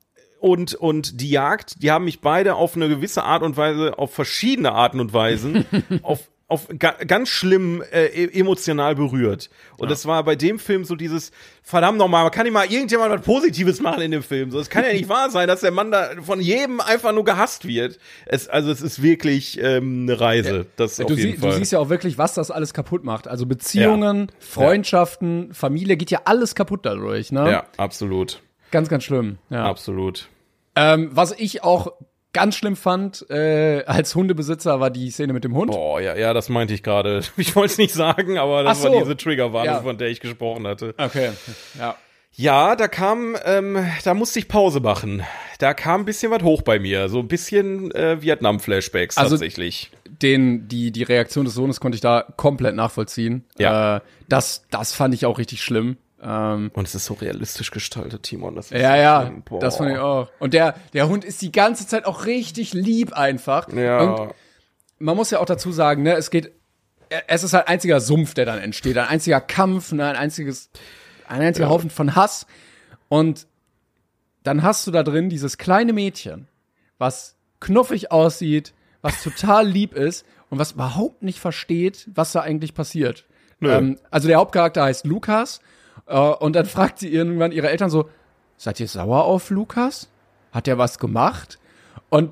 und, und Die Jagd, die haben mich beide auf eine gewisse Art und Weise, auf verschiedene Arten und Weisen, auf auf ga, ganz schlimm äh, e- emotional berührt. Und das war bei dem Film so dieses, verdammt nochmal, kann nicht mal irgendjemand was Positives machen in dem Film? So, es kann ja nicht wahr sein, dass der Mann da von jedem einfach nur gehasst wird. Es, also es ist wirklich ähm, eine Reise. Das auf Du, jeden sie, Fall. du siehst ja auch wirklich, was das alles kaputt macht. Also Beziehungen, Freundschaften, Familie, geht ja alles kaputt dadurch, ne? ja, absolut. Ganz, ganz schlimm. Ja. Absolut. Ähm, was ich auch ganz schlimm fand, äh, als Hundebesitzer, war die Szene mit dem Hund. Oh, ja, ja, das meinte ich gerade. Ich wollte es nicht sagen, aber das Ach so. war diese Triggerwarnung, Ja. von der ich gesprochen hatte. Okay, ja. Ja, da kam, ähm, da musste ich Pause machen. Da kam ein bisschen was hoch bei mir. So ein bisschen äh, Vietnam-Flashbacks Also- tatsächlich. Den, die, die Reaktion des Sohnes konnte ich da komplett nachvollziehen. Ja. Äh, das, das fand ich auch richtig schlimm. Ähm, Und es ist so realistisch gestaltet, Timon. Das ist ja, so ja, schlimm. Boah. das fand ich auch. Und der, der Hund ist die ganze Zeit auch richtig lieb einfach. Ja. Und man muss ja auch dazu sagen, ne, es geht, es ist halt ein einziger Sumpf, der dann entsteht, ein einziger Kampf, ne, ein einziges, ein einziger Ja. Haufen von Hass. Und dann hast du da drin dieses kleine Mädchen, was knuffig aussieht, was total lieb ist und was überhaupt nicht versteht, was da eigentlich passiert. Nö. Ähm, also der Hauptcharakter heißt Lukas, äh, und dann fragt sie irgendwann ihre Eltern so, seid ihr sauer auf Lukas? Hat er was gemacht? Und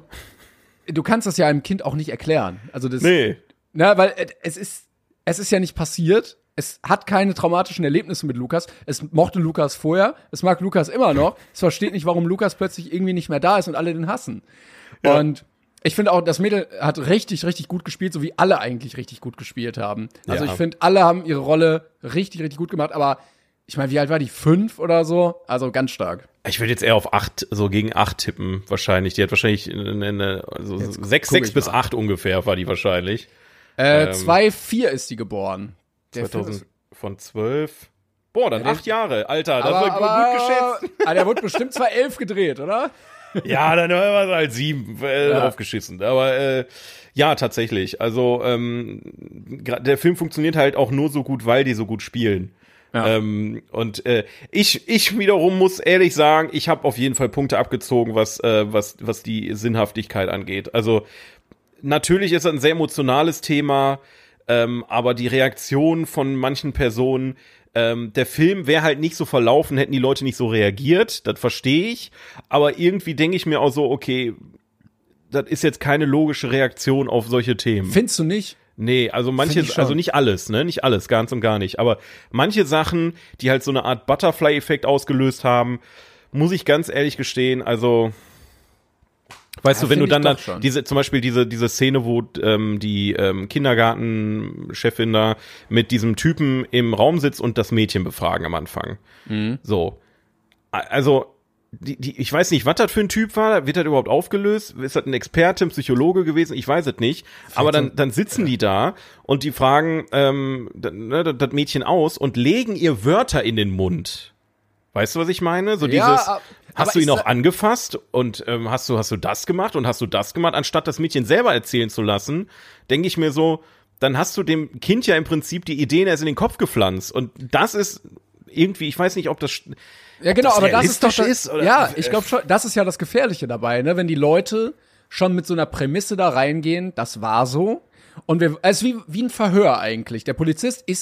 du kannst das ja einem Kind auch nicht erklären. Also das, Nee. na, weil äh, es ist, es ist ja nicht passiert. Es hat keine traumatischen Erlebnisse mit Lukas. Es mochte Lukas vorher. Es mag Lukas immer noch. Es versteht nicht, warum Lukas plötzlich irgendwie nicht mehr da ist und alle den hassen. Ja. Und ich finde auch, das Mädel hat richtig, richtig gut gespielt, so wie alle eigentlich richtig gut gespielt haben. Also Ja. ich finde, alle haben ihre Rolle richtig, richtig gut gemacht. Aber ich meine, wie alt war die? Fünf oder so? Also ganz stark. Ich würde jetzt eher auf acht, so gegen acht tippen, wahrscheinlich. Die hat wahrscheinlich eine, eine also Jetzt sechs, guck sechs ich bis mal. acht ungefähr war die wahrscheinlich. Äh, Ähm, zwei, vier ist die geboren. Der Film zweitausend ist- von zwölf. Boah, dann Ja, acht Jahre. Alter, das aber, ist gut, aber, gut geschätzt. Ah, der wurde bestimmt zwanzig elf gedreht, oder? Ja, dann war es halt sieben äh, Ja. aufgeschissen. Aber äh, ja, tatsächlich. Also ähm, gra- der Film funktioniert halt auch nur so gut, weil die so gut spielen. Ja. Ähm, und äh, ich ich wiederum muss ehrlich sagen, ich habe auf jeden Fall Punkte abgezogen, was äh, was was die Sinnhaftigkeit angeht. Also natürlich ist das ein sehr emotionales Thema, ähm, aber die Reaktion von manchen Personen, ähm, der Film wäre halt nicht so verlaufen, hätten die Leute nicht so reagiert, das verstehe ich, aber irgendwie denke ich mir auch so, okay, das ist jetzt keine logische Reaktion auf solche Themen. Findest du nicht? Nee, also Find manche, ich schon. also nicht alles, ne, nicht alles, ganz und gar nicht, aber manche Sachen, die halt so eine Art Butterfly-Effekt ausgelöst haben, muss ich ganz ehrlich gestehen, also weißt Ja, du, wenn du find ich dann, dann doch schon. diese, zum Beispiel diese, diese Szene, wo ähm, die ähm, Kindergartenchefin da mit diesem Typen im Raum sitzt und das Mädchen befragen am Anfang. Mhm. So. A- Also, die, die, ich weiß nicht, was das für ein Typ war, wird das überhaupt aufgelöst? Ist das ein Experte, ein Psychologe gewesen? Ich weiß es nicht. Aber dann, dann sitzen die da und die fragen ähm, d- ne, das das Mädchen aus und legen ihr Wörter in den Mund. Weißt du, was ich meine? So Ja, dieses, ab- hast aber du ihn ist auch da- angefasst und ähm, hast du hast du das gemacht und hast du das gemacht, anstatt das Mädchen selber erzählen zu lassen, denke ich mir so, dann hast du dem Kind ja im Prinzip die Ideen erst in den Kopf gepflanzt und das ist irgendwie, ich weiß nicht, ob das Ja, genau, das aber das ist doch realistisch das, ist, oder- ja, ich glaube schon, das ist ja das Gefährliche dabei, ne, wenn die Leute schon mit so einer Prämisse da reingehen, das war so und wir, es ist wie wie ein Verhör eigentlich. Der Polizist ist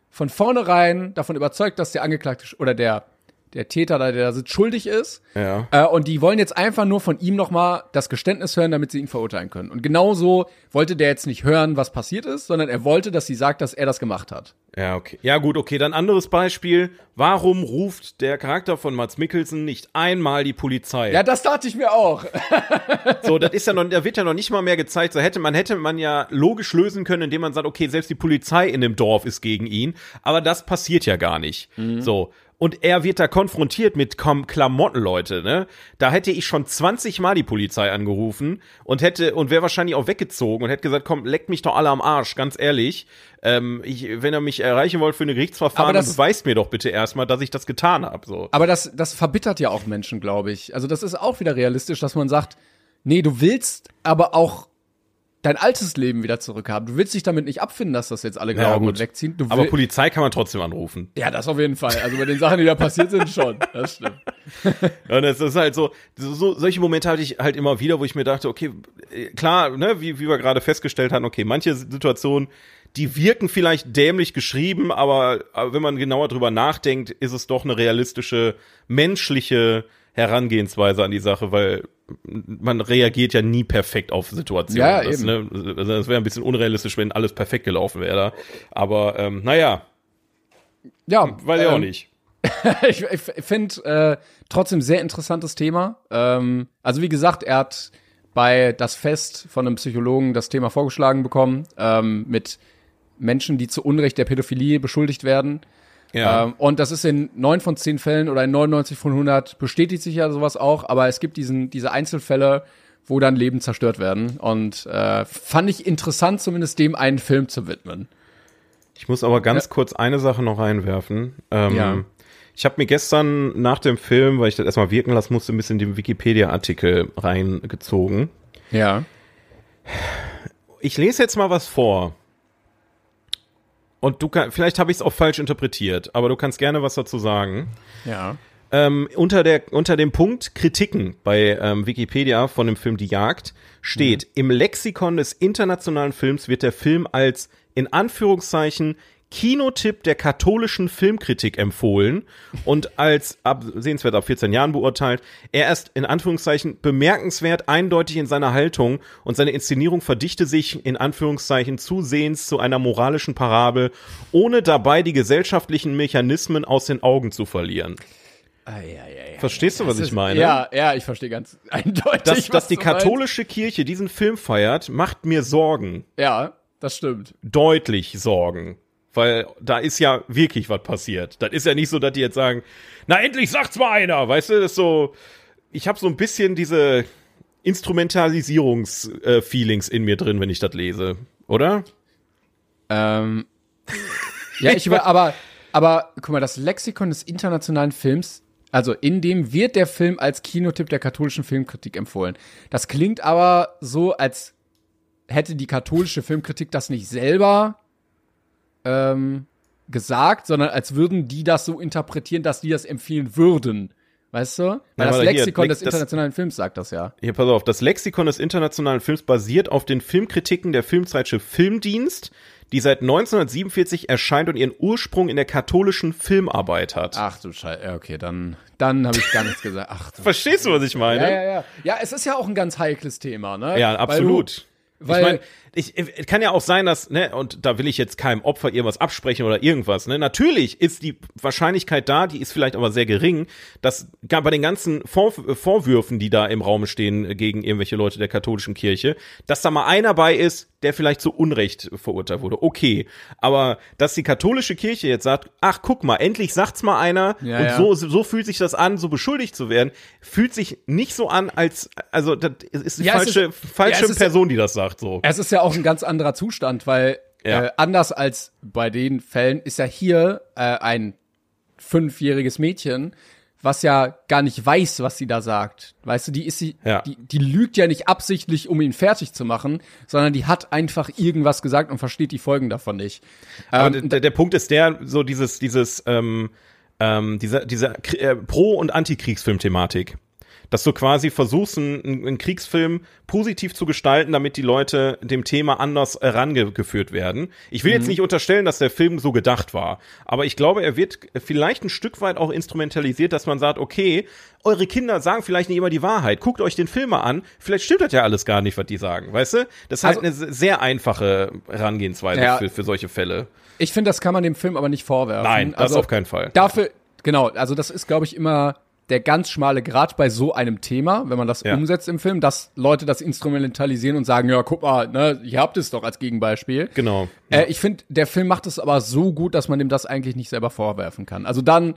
von vornherein davon überzeugt, dass der Angeklagte oder der der Täter, der da sitzt, schuldig ist. Ja. Äh, und die wollen jetzt einfach nur von ihm nochmal das Geständnis hören, damit sie ihn verurteilen können. Und genauso wollte der jetzt nicht hören, was passiert ist, sondern er wollte, dass sie sagt, dass er das gemacht hat. Ja, okay. Ja, gut, okay. Dann anderes Beispiel. Warum ruft der Charakter von Mads Mikkelsen nicht einmal die Polizei? Ja, das dachte ich mir auch. So, das ist ja noch, da wird ja noch nicht mal mehr gezeigt. So hätte man, hätte man ja logisch lösen können, indem man sagt, okay, selbst die Polizei in dem Dorf ist gegen ihn. Aber das passiert ja gar nicht. Mhm. So. Und er wird da konfrontiert mit komm, Klamotten, Leute, ne? Da hätte ich schon zwanzig Mal die Polizei angerufen und hätte, und wäre wahrscheinlich auch weggezogen und hätte gesagt, komm, leckt mich doch alle am Arsch, ganz ehrlich. Ähm, ich, wenn ihr mich erreichen wollt für ein Gerichtsverfahren, dann beweist mir doch bitte erstmal, dass ich das getan habe, so. Aber das, das verbittert ja auch Menschen, glaube ich. Also das ist auch wieder realistisch, dass man sagt, nee, du willst aber auch dein altes Leben wieder zurückhaben. Du willst dich damit nicht abfinden, dass das jetzt alle glauben ja, und wegziehen. Du aber Polizei kann man trotzdem anrufen. Ja, das auf jeden Fall. Also bei den Sachen, die da passiert sind, schon. Das stimmt. Und es ist halt so, so, solche Momente hatte ich halt immer wieder, wo ich mir dachte, okay, klar, ne, wie, wie wir gerade festgestellt haben, okay, manche Situationen, die wirken vielleicht dämlich geschrieben, aber, aber wenn man genauer drüber nachdenkt, ist es doch eine realistische, menschliche Herangehensweise an die Sache, weil man reagiert ja nie perfekt auf Situationen. Ja, das, eben. Ne, also das wäre ein bisschen unrealistisch, wenn alles perfekt gelaufen wäre. Aber ähm, naja, ja, weiß ich ähm, auch nicht. ich ich finde äh, trotzdem sehr interessantes Thema. Ähm, also wie gesagt, er hat bei Das Fest von einem Psychologen das Thema vorgeschlagen bekommen, ähm, mit Menschen, die zu Unrecht der Pädophilie beschuldigt werden. Ja. Ähm, und das ist in neun von zehn Fällen oder in neunundneunzig von hundert bestätigt sich ja sowas auch, aber es gibt diesen diese Einzelfälle, wo dann Leben zerstört werden. Und äh, fand ich interessant, zumindest dem einen Film zu widmen. Ich muss aber ganz ja. kurz eine Sache noch reinwerfen. Ähm, ja. Ich habe mir gestern nach dem Film, weil ich das erstmal wirken lassen musste, ein bisschen den Wikipedia-Artikel reingezogen. Ja. Ich lese jetzt mal was vor. Und du kann, vielleicht habe ich es auch falsch interpretiert, aber du kannst gerne was dazu sagen. Ja. Ähm, unter der unter dem Punkt Kritiken bei ähm, Wikipedia von dem Film Die Jagd steht, mhm. im Lexikon des internationalen Films wird der Film als in Anführungszeichen Kinotipp der katholischen Filmkritik empfohlen und als ab, sehenswert ab vierzehn Jahren beurteilt. Er ist in Anführungszeichen bemerkenswert eindeutig in seiner Haltung und seine Inszenierung verdichte sich in Anführungszeichen zusehends zu einer moralischen Parabel, ohne dabei die gesellschaftlichen Mechanismen aus den Augen zu verlieren. Ah, ja, ja, ja. Verstehst du, was das ich meine? Ja, ja, ich verstehe ganz eindeutig, Dass, was dass die du meinst. katholische Kirche diesen Film feiert, macht mir Sorgen. Ja, das stimmt. Deutlich Sorgen. Weil da ist ja wirklich was passiert. Das ist ja nicht so, dass die jetzt sagen, na endlich sagt's mal einer, weißt du, das ist so, ich habe so ein bisschen diese Instrumentalisierungs-Feelings in mir drin, wenn ich das lese, oder? Ähm, ja, ich war, aber, aber, guck mal, das Lexikon des internationalen Films, also in dem wird der Film als Kinotipp der katholischen Filmkritik empfohlen. Das klingt aber so, als hätte die katholische Filmkritik das nicht selber ähm, gesagt, sondern als würden die das so interpretieren, dass die das empfehlen würden. Weißt du? Weil ja, das Lexikon hier, des internationalen Films sagt das ja. Hier, pass auf, das Lexikon des internationalen Films basiert auf den Filmkritiken der Filmzeitschrift Filmdienst, die seit neunzehnhundertsiebenundvierzig erscheint und ihren Ursprung in der katholischen Filmarbeit hat. Ach du Scheiße, ja, okay, dann, dann habe ich gar nichts gesagt. Ach, du Verstehst du, was ich meine? Ja, ja, ja. Ja, es ist ja auch ein ganz heikles Thema, ne? Ja, absolut. Weil, ich meine, ich, ich, kann ja auch sein, dass, ne, und da will ich jetzt keinem Opfer irgendwas absprechen oder irgendwas, ne, natürlich ist die Wahrscheinlichkeit da, die ist vielleicht aber sehr gering, dass bei den ganzen Vor- Vorwürfen, die da im Raum stehen gegen irgendwelche Leute der katholischen Kirche, dass da mal einer bei ist, der vielleicht zu Unrecht verurteilt wurde. Okay, aber dass die katholische Kirche jetzt sagt, ach, guck mal, endlich sagt's mal einer ja, und ja. so so fühlt sich das an, so beschuldigt zu werden, fühlt sich nicht so an, als, also das ist die Ja, es falsche, ist- falsche ja, es ist- Person, die das sagt, so. Es ist ja auch ein ganz anderer Zustand, weil Ja. äh, anders als bei den Fällen ist ja hier äh, ein fünfjähriges Mädchen, was ja gar nicht weiß, was sie da sagt. Weißt du, die ist sie, Ja. die, die lügt ja nicht absichtlich, um ihn fertig zu machen, sondern die hat einfach irgendwas gesagt und versteht die Folgen davon nicht. Aber Ähm, der, der Punkt ist der, so dieses, dieses, ähm, ähm, dieser, dieser Kri- äh, Pro- und Antikriegsfilm-Thematik. Dass du quasi versuchst, einen, einen Kriegsfilm positiv zu gestalten, damit die Leute dem Thema anders herangeführt werden. Ich will mhm. jetzt nicht unterstellen, dass der Film so gedacht war, aber ich glaube, er wird vielleicht ein Stück weit auch instrumentalisiert, dass man sagt, okay, eure Kinder sagen vielleicht nicht immer die Wahrheit. Guckt euch den Film mal an. Vielleicht stimmt das ja alles gar nicht, was die sagen, weißt du? Das ist also, halt eine sehr einfache Herangehensweise ja, für, für solche Fälle. Ich finde, das kann man dem Film aber nicht vorwerfen. Nein, das also, auf keinen Fall. Dafür, genau, also das ist, glaube ich, immer der ganz schmale Grat bei so einem Thema, wenn man das ja. umsetzt im Film, dass Leute das instrumentalisieren und sagen, ja, guck mal, ne, ihr habt es doch als Gegenbeispiel. Genau. Äh, ich finde, der Film macht es aber so gut, dass man dem das eigentlich nicht selber vorwerfen kann. Also dann,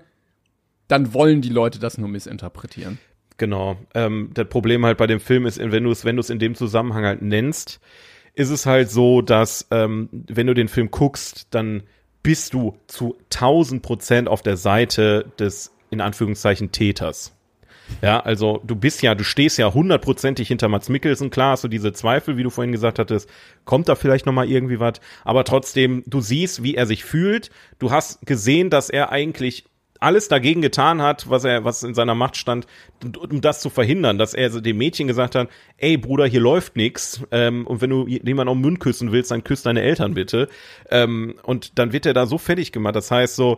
dann wollen die Leute das nur missinterpretieren. Genau. Ähm, das Problem halt bei dem Film ist, wenn du es, wenn du es in dem Zusammenhang halt nennst, ist es halt so, dass ähm, wenn du den Film guckst, dann bist du zu tausend Prozent auf der Seite des in Anführungszeichen Täters. Ja, also du bist ja, du stehst ja hundertprozentig hinter Mads Mikkelsen, klar hast du diese Zweifel, wie du vorhin gesagt hattest, kommt da vielleicht noch mal irgendwie was, aber trotzdem, du siehst, wie er sich fühlt, du hast gesehen, dass er eigentlich alles dagegen getan hat, was er, was in seiner Macht stand, um das zu verhindern, dass er dem Mädchen gesagt hat, ey Bruder, hier läuft nix, ähm, und wenn du jemanden auf den Mund küssen willst, dann küss deine Eltern bitte, ähm, und dann wird er da so fertig gemacht, das heißt so,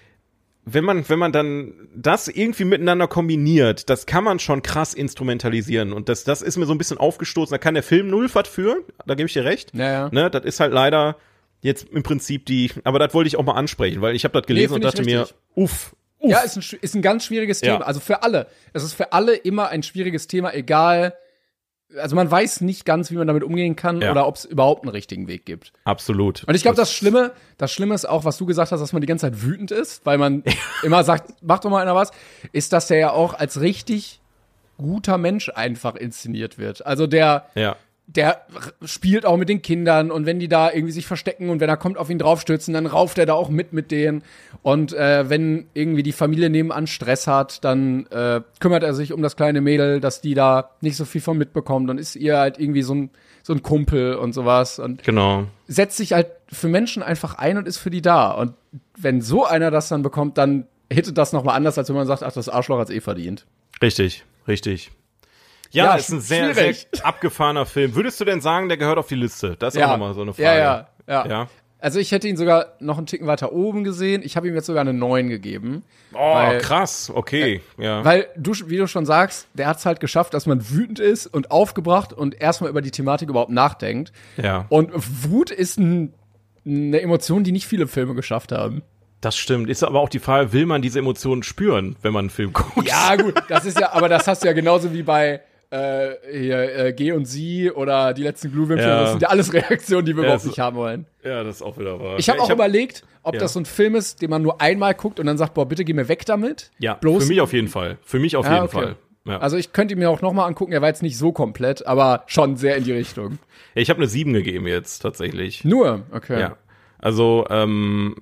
wenn man, wenn man dann das irgendwie miteinander kombiniert, das kann man schon krass instrumentalisieren. Und das, das ist mir so ein bisschen aufgestoßen. Da kann der Film null was für, da gebe ich dir recht. Ja, ja. Ne, das ist halt leider jetzt im Prinzip die, aber das wollte ich auch mal ansprechen, weil ich habe das gelesen nee, und dachte mir, uff, uff. Ja, ist ein, ist ein ganz schwieriges Thema. Ja. Also für alle. Es ist für alle immer ein schwieriges Thema, egal. Also man weiß nicht ganz, wie man damit umgehen kann ja. oder ob es überhaupt einen richtigen Weg gibt. Absolut. Und ich glaube, das, das Schlimme, das Schlimme ist auch, was du gesagt hast, dass man die ganze Zeit wütend ist, weil man immer sagt, mach doch mal einer was, ist, dass der ja auch als richtig guter Mensch einfach inszeniert wird. Also der, ja. der spielt auch mit den Kindern und wenn die da irgendwie sich verstecken und wenn er kommt auf ihn draufstürzen, dann rauft er da auch mit mit denen. Und äh, wenn irgendwie die Familie nebenan Stress hat, dann äh, kümmert er sich um das kleine Mädel, dass die da nicht so viel von mitbekommt und ist ihr halt irgendwie so ein, so ein Kumpel und sowas. Und genau. setzt sich halt für Menschen einfach ein und ist für die da. Und wenn so einer das dann bekommt, dann hittet das nochmal anders, als wenn man sagt, ach, das Arschloch hat's eh verdient. Richtig, richtig. Ja, ja, ist ein sehr, sehr abgefahrener Film. Würdest du denn sagen, der gehört auf die Liste? Das ist ja. auch nochmal so eine Frage. Ja, ja, ja, ja. Also ich hätte ihn sogar noch einen Ticken weiter oben gesehen. Ich habe ihm jetzt sogar eine neun gegeben. Oh, weil, krass, okay. Äh, ja. Weil, du, wie du schon sagst, der hat es halt geschafft, dass man wütend ist und aufgebracht und erstmal über die Thematik überhaupt nachdenkt. Ja. Und Wut ist ein, eine Emotion, die nicht viele Filme geschafft haben. Das stimmt. Ist aber auch die Frage, will man diese Emotionen spüren, wenn man einen Film guckt? Ja, gut, das ist ja, aber das hast du ja genauso wie bei Äh, hier, äh, G und Sie oder die letzten Glühwürmchen, ja. Das sind ja alles Reaktionen, die wir ja, überhaupt nicht haben wollen. Ja, das ist auch wieder wahr. Ich habe ja, auch hab, überlegt, ob ja. das so ein Film ist, den man nur einmal guckt und dann sagt, boah, bitte geh mir weg damit. Ja, Bloß, für mich auf jeden Fall. Für mich auf ja, jeden okay. Fall. Ja. Also ich könnte ihn mir auch nochmal angucken, er war jetzt nicht so komplett, aber schon sehr in die Richtung. Ja, ich habe eine sieben gegeben jetzt, tatsächlich. Nur? Okay. Ja, also, ähm,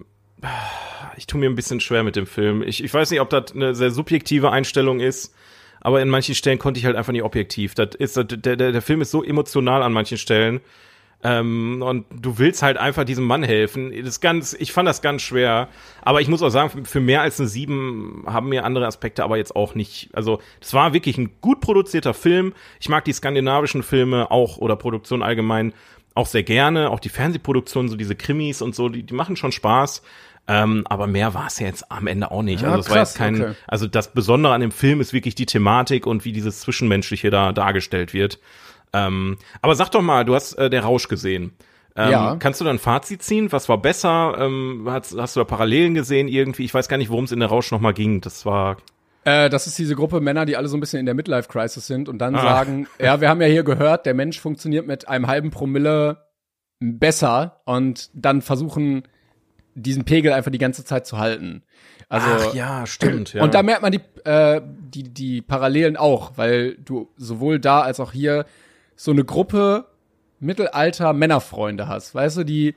ich tue mir ein bisschen schwer mit dem Film. Ich, ich weiß nicht, ob das eine sehr subjektive Einstellung ist, aber in manchen Stellen konnte ich halt einfach nicht objektiv. Das ist, der, der, der Film ist so emotional an manchen Stellen. Ähm, und du willst halt einfach diesem Mann helfen. Das ist ganz, ich fand das ganz schwer. Aber ich muss auch sagen, für mehr als eine sieben haben mir andere Aspekte aber jetzt auch nicht. Also, das war wirklich ein gut produzierter Film. Ich mag die skandinavischen Filme auch oder Produktion allgemein auch sehr gerne. Auch die Fernsehproduktionen, so diese Krimis und so, die, die machen schon Spaß. Ähm, aber mehr war es ja jetzt am Ende auch nicht. Ja, also es krass, war jetzt kein, okay. Also das Besondere an dem Film ist wirklich die Thematik und wie dieses Zwischenmenschliche da dargestellt wird. Ähm, aber sag doch mal, du hast äh, der Rausch gesehen. Ähm, ja. Kannst du da ein Fazit ziehen? Was war besser? Ähm, hast, hast du da Parallelen gesehen irgendwie? Ich weiß gar nicht, worum es in der Rausch nochmal ging. Das war Äh, das ist diese Gruppe Männer, die alle so ein bisschen in der Midlife-Crisis sind und dann ah. sagen, ja, wir haben ja hier gehört, der Mensch funktioniert mit einem halben Promille besser und dann versuchen diesen Pegel einfach die ganze Zeit zu halten. Also, ach ja, stimmt. Ja. Und da merkt man die, äh, die, die Parallelen auch, weil du sowohl da als auch hier so eine Gruppe Mittelalter Männerfreunde hast, weißt du, die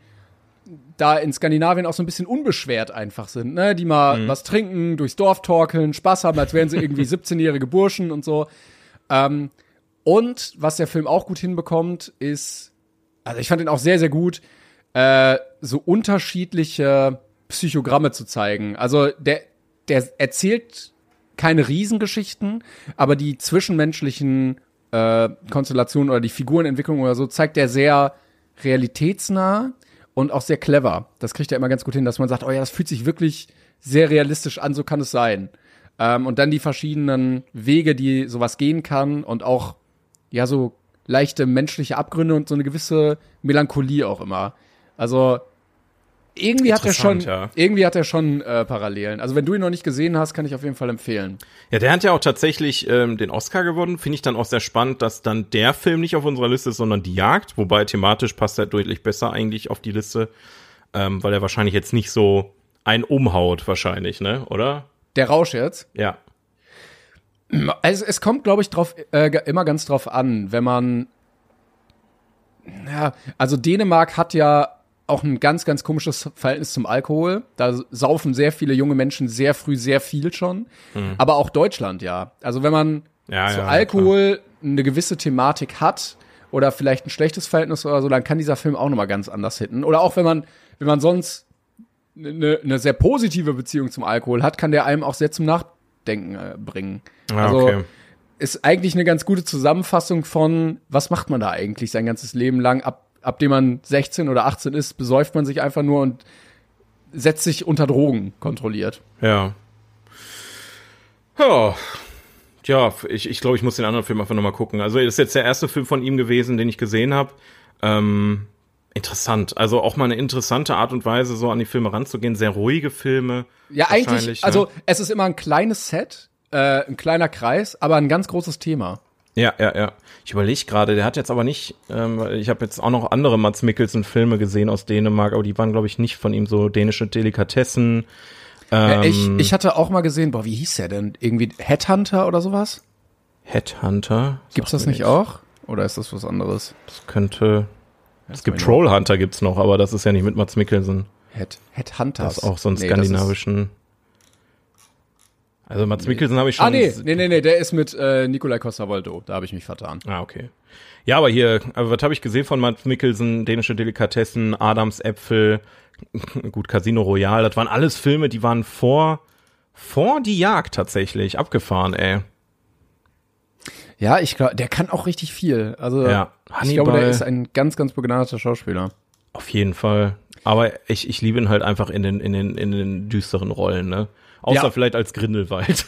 da in Skandinavien auch so ein bisschen unbeschwert einfach sind, ne, die mal mhm. was trinken, durchs Dorf torkeln, Spaß haben, als wären sie irgendwie siebzehnjährige Burschen und so. Ähm, und was der Film auch gut hinbekommt, ist, also ich fand ihn auch sehr, sehr gut, äh, so unterschiedliche Psychogramme zu zeigen. Also der, der erzählt keine Riesengeschichten, aber die zwischenmenschlichen äh, Konstellationen oder die Figurenentwicklung oder so zeigt er sehr realitätsnah und auch sehr clever. Das kriegt er immer ganz gut hin, dass man sagt, oh ja, das fühlt sich wirklich sehr realistisch an, so kann es sein. Ähm, und dann die verschiedenen Wege, die sowas gehen kann und auch, ja, so leichte menschliche Abgründe und so eine gewisse Melancholie auch immer. Also, irgendwie hat er schon, ja. irgendwie hat er schon äh, Parallelen. Also, wenn du ihn noch nicht gesehen hast, kann ich auf jeden Fall empfehlen. Ja, der hat ja auch tatsächlich ähm, den Oscar gewonnen. Finde ich dann auch sehr spannend, dass dann der Film nicht auf unserer Liste ist, sondern Die Jagd. Wobei thematisch passt er deutlich besser eigentlich auf die Liste, ähm, weil er wahrscheinlich jetzt nicht so einen umhaut, wahrscheinlich, ne, oder? Der Rausch jetzt? Ja. Also, es kommt, glaube ich, drauf, äh, immer ganz drauf an, wenn man, ja, also Dänemark hat ja auch ein ganz, ganz komisches Verhältnis zum Alkohol. Da saufen sehr viele junge Menschen sehr früh sehr viel schon. Mhm. Aber auch Deutschland, ja. Also wenn man ja, zu ja, Alkohol klar. eine gewisse Thematik hat oder vielleicht ein schlechtes Verhältnis oder so, dann kann dieser Film auch nochmal ganz anders hitten. Oder auch wenn man, wenn man sonst eine, eine sehr positive Beziehung zum Alkohol hat, kann der einem auch sehr zum Nachdenken äh, bringen. Ja, also okay. Ist eigentlich eine ganz gute Zusammenfassung von, was macht man da eigentlich sein ganzes Leben lang ab ab dem man sechzehn oder achtzehn ist, besäuft man sich einfach nur und setzt sich unter Drogen kontrolliert. Ja. Ja. Ja, ich, ich glaube, ich muss den anderen Film einfach nochmal gucken. Also, das ist jetzt der erste Film von ihm gewesen, den ich gesehen habe. Ähm, interessant. Also auch mal eine interessante Art und Weise, so an die Filme ranzugehen. Sehr ruhige Filme. Ja, eigentlich, ne? also es ist immer ein kleines Set, äh, ein kleiner Kreis, aber ein ganz großes Thema. Ja, ja, ja. Ich überlege gerade, der hat jetzt aber nicht, ähm, ich habe jetzt auch noch andere Mads Mikkelsen-Filme gesehen aus Dänemark, aber die waren, glaube ich, nicht von ihm so dänische Delikatessen. Ähm, ja, ich, ich hatte auch mal gesehen, boah, wie hieß der denn? Irgendwie Headhunter oder sowas? Headhunter? Gibt's das nicht auch? Oder ist das was anderes? Das könnte, es gibt Trollhunter gibt's noch, aber das ist ja nicht mit Mads Mikkelsen. Head, Headhunters. Das ist auch so ein nee, skandinavischen. Also Mads Mikkelsen habe ich schon. Ah, nee, nee, nee, nee, der ist mit äh, Nikolai Coster-Waldau. Da habe ich mich vertan. Ah, okay. Ja, aber hier, aber was habe ich gesehen von Mads Mikkelsen? Dänische Delikatessen, Adams Äpfel, gut, Casino Royale. Das waren alles Filme, die waren vor, vor Die Jagd tatsächlich abgefahren, ey. Ja, ich glaube, der kann auch richtig viel. Also, ja, ich glaube, der ist ein ganz, ganz begnadeter Schauspieler. Auf jeden Fall. Aber ich, ich liebe ihn halt einfach in den, in den, in den düsteren Rollen, ne? Außer ja. vielleicht als Grindelwald.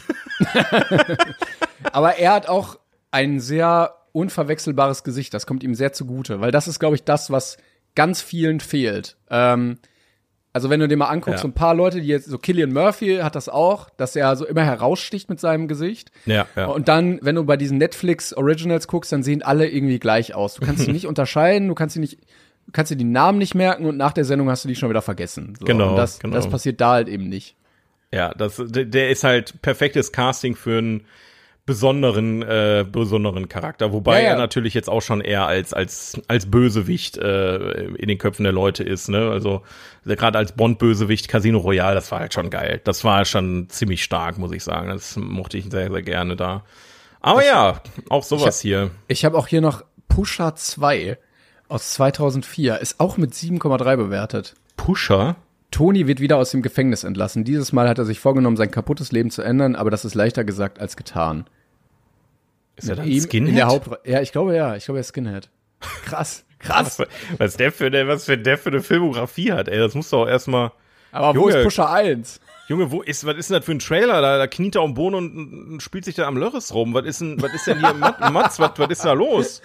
Aber er hat auch ein sehr unverwechselbares Gesicht. Das kommt ihm sehr zugute. Weil das ist, glaube ich, das, was ganz vielen fehlt. Ähm, also wenn du dir mal anguckst, ja. so ein paar Leute, die jetzt, so Cillian Murphy hat das auch, dass er so immer heraussticht mit seinem Gesicht. Ja, ja. Und dann, wenn du bei diesen Netflix Originals guckst, dann sehen alle irgendwie gleich aus. Du kannst sie nicht unterscheiden, du kannst sie nicht, du kannst dir die Namen nicht merken und nach der Sendung hast du die schon wieder vergessen. So, genau, und das, genau. das passiert da halt eben nicht. Ja, das, der ist halt perfektes Casting für einen besonderen, äh, besonderen Charakter, wobei ja, ja. er natürlich jetzt auch schon eher als als als Bösewicht äh, in den Köpfen der Leute ist, ne? Also gerade als Bond-Bösewicht Casino Royale, das war halt schon geil. Das war schon ziemlich stark, muss ich sagen. Das mochte ich sehr, sehr gerne da. Aber das, ja, auch sowas ich hab, hier. Ich habe auch hier noch Pusher zwei aus zweitausendvier, ist auch mit sieben Komma drei bewertet. Pusher? Tony wird wieder aus dem Gefängnis entlassen. Dieses Mal hat er sich vorgenommen, sein kaputtes Leben zu ändern, aber das ist leichter gesagt als getan. Ist er dann Skinhead? In der Haupt- ja, ich glaube ja. Ich glaube, er ist Skinhead. Krass, krass. Was, was, der für eine, was für der für eine Filmografie hat, ey. Das musst du auch erstmal. Aber Junge, wo ist Pusher eins? Junge, wo ist, was ist denn das für ein Trailer? Da, da kniet er am Boden und, und spielt sich da am Lörres rum. Was ist denn, was ist denn hier Mat, Mats? Was, was ist da los?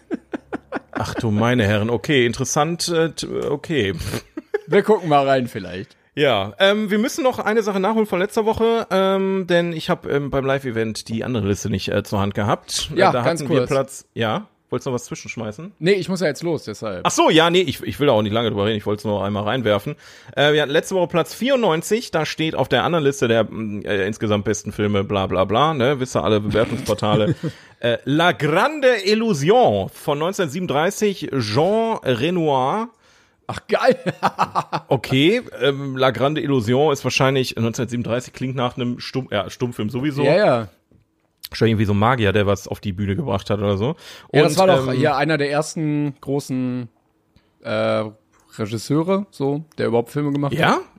Ach du meine Herren, okay, interessant, äh, okay. Wir gucken mal rein vielleicht. Ja, ähm, wir müssen noch eine Sache nachholen von letzter Woche, ähm, denn ich habe ähm, beim Live-Event die andere Liste nicht äh, zur Hand gehabt. Ja, äh, da ganz hatten kurz. wir Platz. Ja, wolltest du noch was zwischenschmeißen? Nee, ich muss ja jetzt los, deshalb. Ach so, ja, nee, ich, ich will da auch nicht lange drüber reden, ich wollte es nur einmal reinwerfen. Äh, wir hatten letzte Woche Platz vierundneunzig, da steht auf der anderen Liste der äh, insgesamt besten Filme, bla bla bla, ne, wisst ihr alle Bewertungsportale. äh, La Grande Illusion von neunzehnhundertsiebenunddreißig, Jean Renoir. Ach, geil. Okay, ähm, La Grande Illusion ist wahrscheinlich, neunzehnhundertsiebenunddreißig klingt nach einem Stumm, ja, Stummfilm sowieso. Ja, ja. Wahrscheinlich irgendwie so ein Magier, der was auf die Bühne gebracht hat oder so. Und, ja, das war doch ähm, hier einer der ersten großen äh, Regisseure, so, der überhaupt Filme gemacht ja? hat.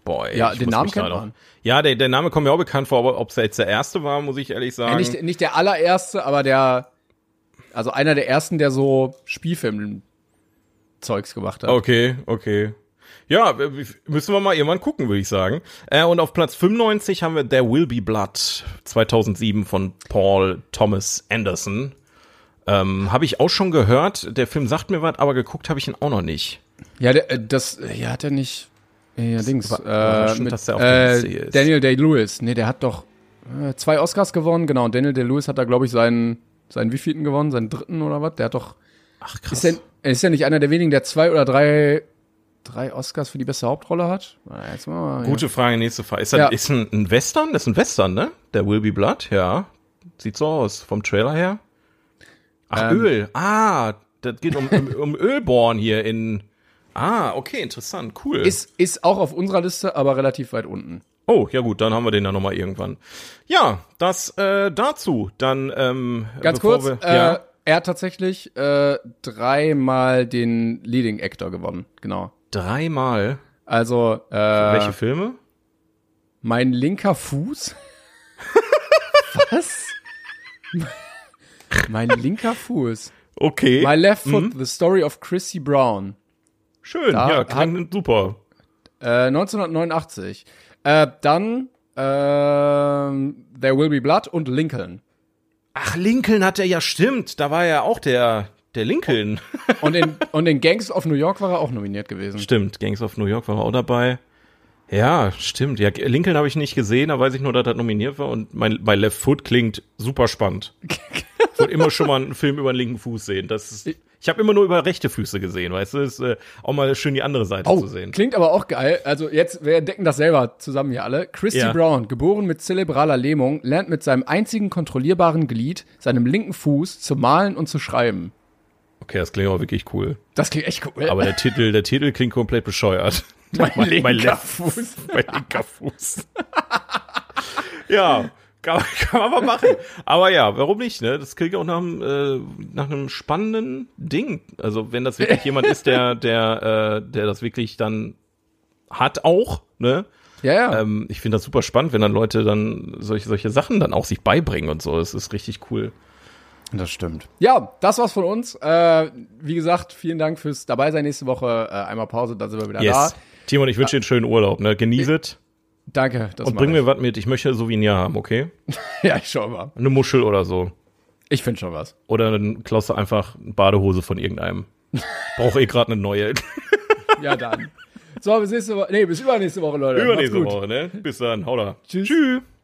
Boah, ey, Ja, ich den muss Namen mich da kennt noch- man. Ja, der, der Name kommt mir auch bekannt vor, aber ob es jetzt der erste war, muss ich ehrlich sagen. Ja, nicht, nicht der allererste, aber der, also einer der ersten, der so Spielfilm-Zeugs gemacht hat. Okay, okay. Ja, w- w- müssen wir mal irgendwann gucken, würde ich sagen. Äh, und auf Platz fünfundneunzig haben wir There Will Be Blood zweitausendsieben von Paul Thomas Anderson. Ähm, habe ich auch schon gehört. Der Film sagt mir was, aber geguckt habe ich ihn auch noch nicht. Ja, der, äh, das, äh, ja, hat er nicht, ja, Dings, war- war äh, schon, mit, dass der auf der Liste hier äh, ist. Daniel Day-Lewis. Nee, der hat doch äh, zwei Oscars gewonnen, genau. Und Daniel Day-Lewis hat da, glaube ich, seinen, seinen wievielten gewonnen? Seinen dritten oder was? Der hat doch, Ach, krass. ist denn, er ist ja nicht einer der wenigen, der zwei oder drei, drei Oscars für die beste Hauptrolle hat? Na, jetzt mal, Gute Frage, nächste Frage. Ist, das, Ja. ist ein, ein Western? Das ist ein Western, ne? Der Will Be Blood, ja. Sieht so aus, vom Trailer her. Ach, Ähm. Öl. Ah, das geht um, um, um Ölborn hier in... Ah, okay, interessant, cool. Ist, ist auch auf unserer Liste, aber relativ weit unten. Oh, ja gut, dann haben wir den dann nochmal irgendwann. Ja, das äh, dazu. Dann, ähm, Ganz bevor kurz, wir, äh, ja, er hat tatsächlich äh, dreimal den Leading Actor gewonnen, genau. dreimal. Also, äh, Welche Filme? mein linker Fuß. Was? Mein linker Fuß. Okay. My left foot, the story of Chrissy Brown. Schön, Da ja, hat- klingt super. Äh, neunzehnhundertneunundachtzig. Äh, dann ähm, There Will Be Blood und Lincoln. Ach, Lincoln hat er ja, stimmt. Da war ja auch der, der Lincoln. Und in, und in Gangs of New York war er auch nominiert gewesen. Stimmt, Gangs of New York war auch dabei. Ja, stimmt. Ja, Lincoln habe ich nicht gesehen, da weiß ich nur, dass das nominiert war. Und mein, mein Left Foot klingt super spannend. Ich wollte immer schon mal einen Film über den linken Fuß sehen. Das ist, ich habe immer nur über rechte Füße gesehen, weißt du? Das ist äh, auch mal schön die andere Seite Oh, zu sehen. klingt aber auch geil. Also jetzt, wir entdecken das selber zusammen hier alle. Christy Ja. Brown, geboren mit zerebraler Lähmung, lernt mit seinem einzigen kontrollierbaren Glied, seinem linken Fuß, zu malen und zu schreiben. Okay, das klingt auch wirklich cool. Das klingt echt cool. Aber der Titel, der Titel klingt komplett bescheuert. mein, linker Left- Fuß. mein linker Fuß. Ja, kann, kann man mal machen. Aber ja, warum nicht, ne? Das klingt auch nach einem, äh, nach einem spannenden Ding. Also, wenn das wirklich jemand ist, der, der, äh, der das wirklich dann hat auch, ne? Ja, ja. Ähm, ich finde das super spannend, wenn dann Leute dann solche, solche Sachen dann auch sich beibringen und so. Das ist richtig cool. Das stimmt. Ja, das war's von uns. Äh, wie gesagt, vielen Dank fürs Dabeisein. Nächste Woche äh, einmal Pause, dann sind wir wieder Yes. da. Timon, ich wünsche dir einen schönen Urlaub, ne? Genieß es Danke. Das und mach bring mir ich. was mit. Ich möchte Souvenir haben, okay? Ja, ich schau mal. Eine Muschel oder so. Ich finde schon was. Oder dann klaust du einfach eine Badehose von irgendeinem. Brauche eh gerade eine neue. Ja, dann. So, bis nächste Woche. Nee, bis übernächste Woche, Leute. Übernächste Macht's gut. Woche, ne? Bis dann. Hau da. Tschüss. Tschüss.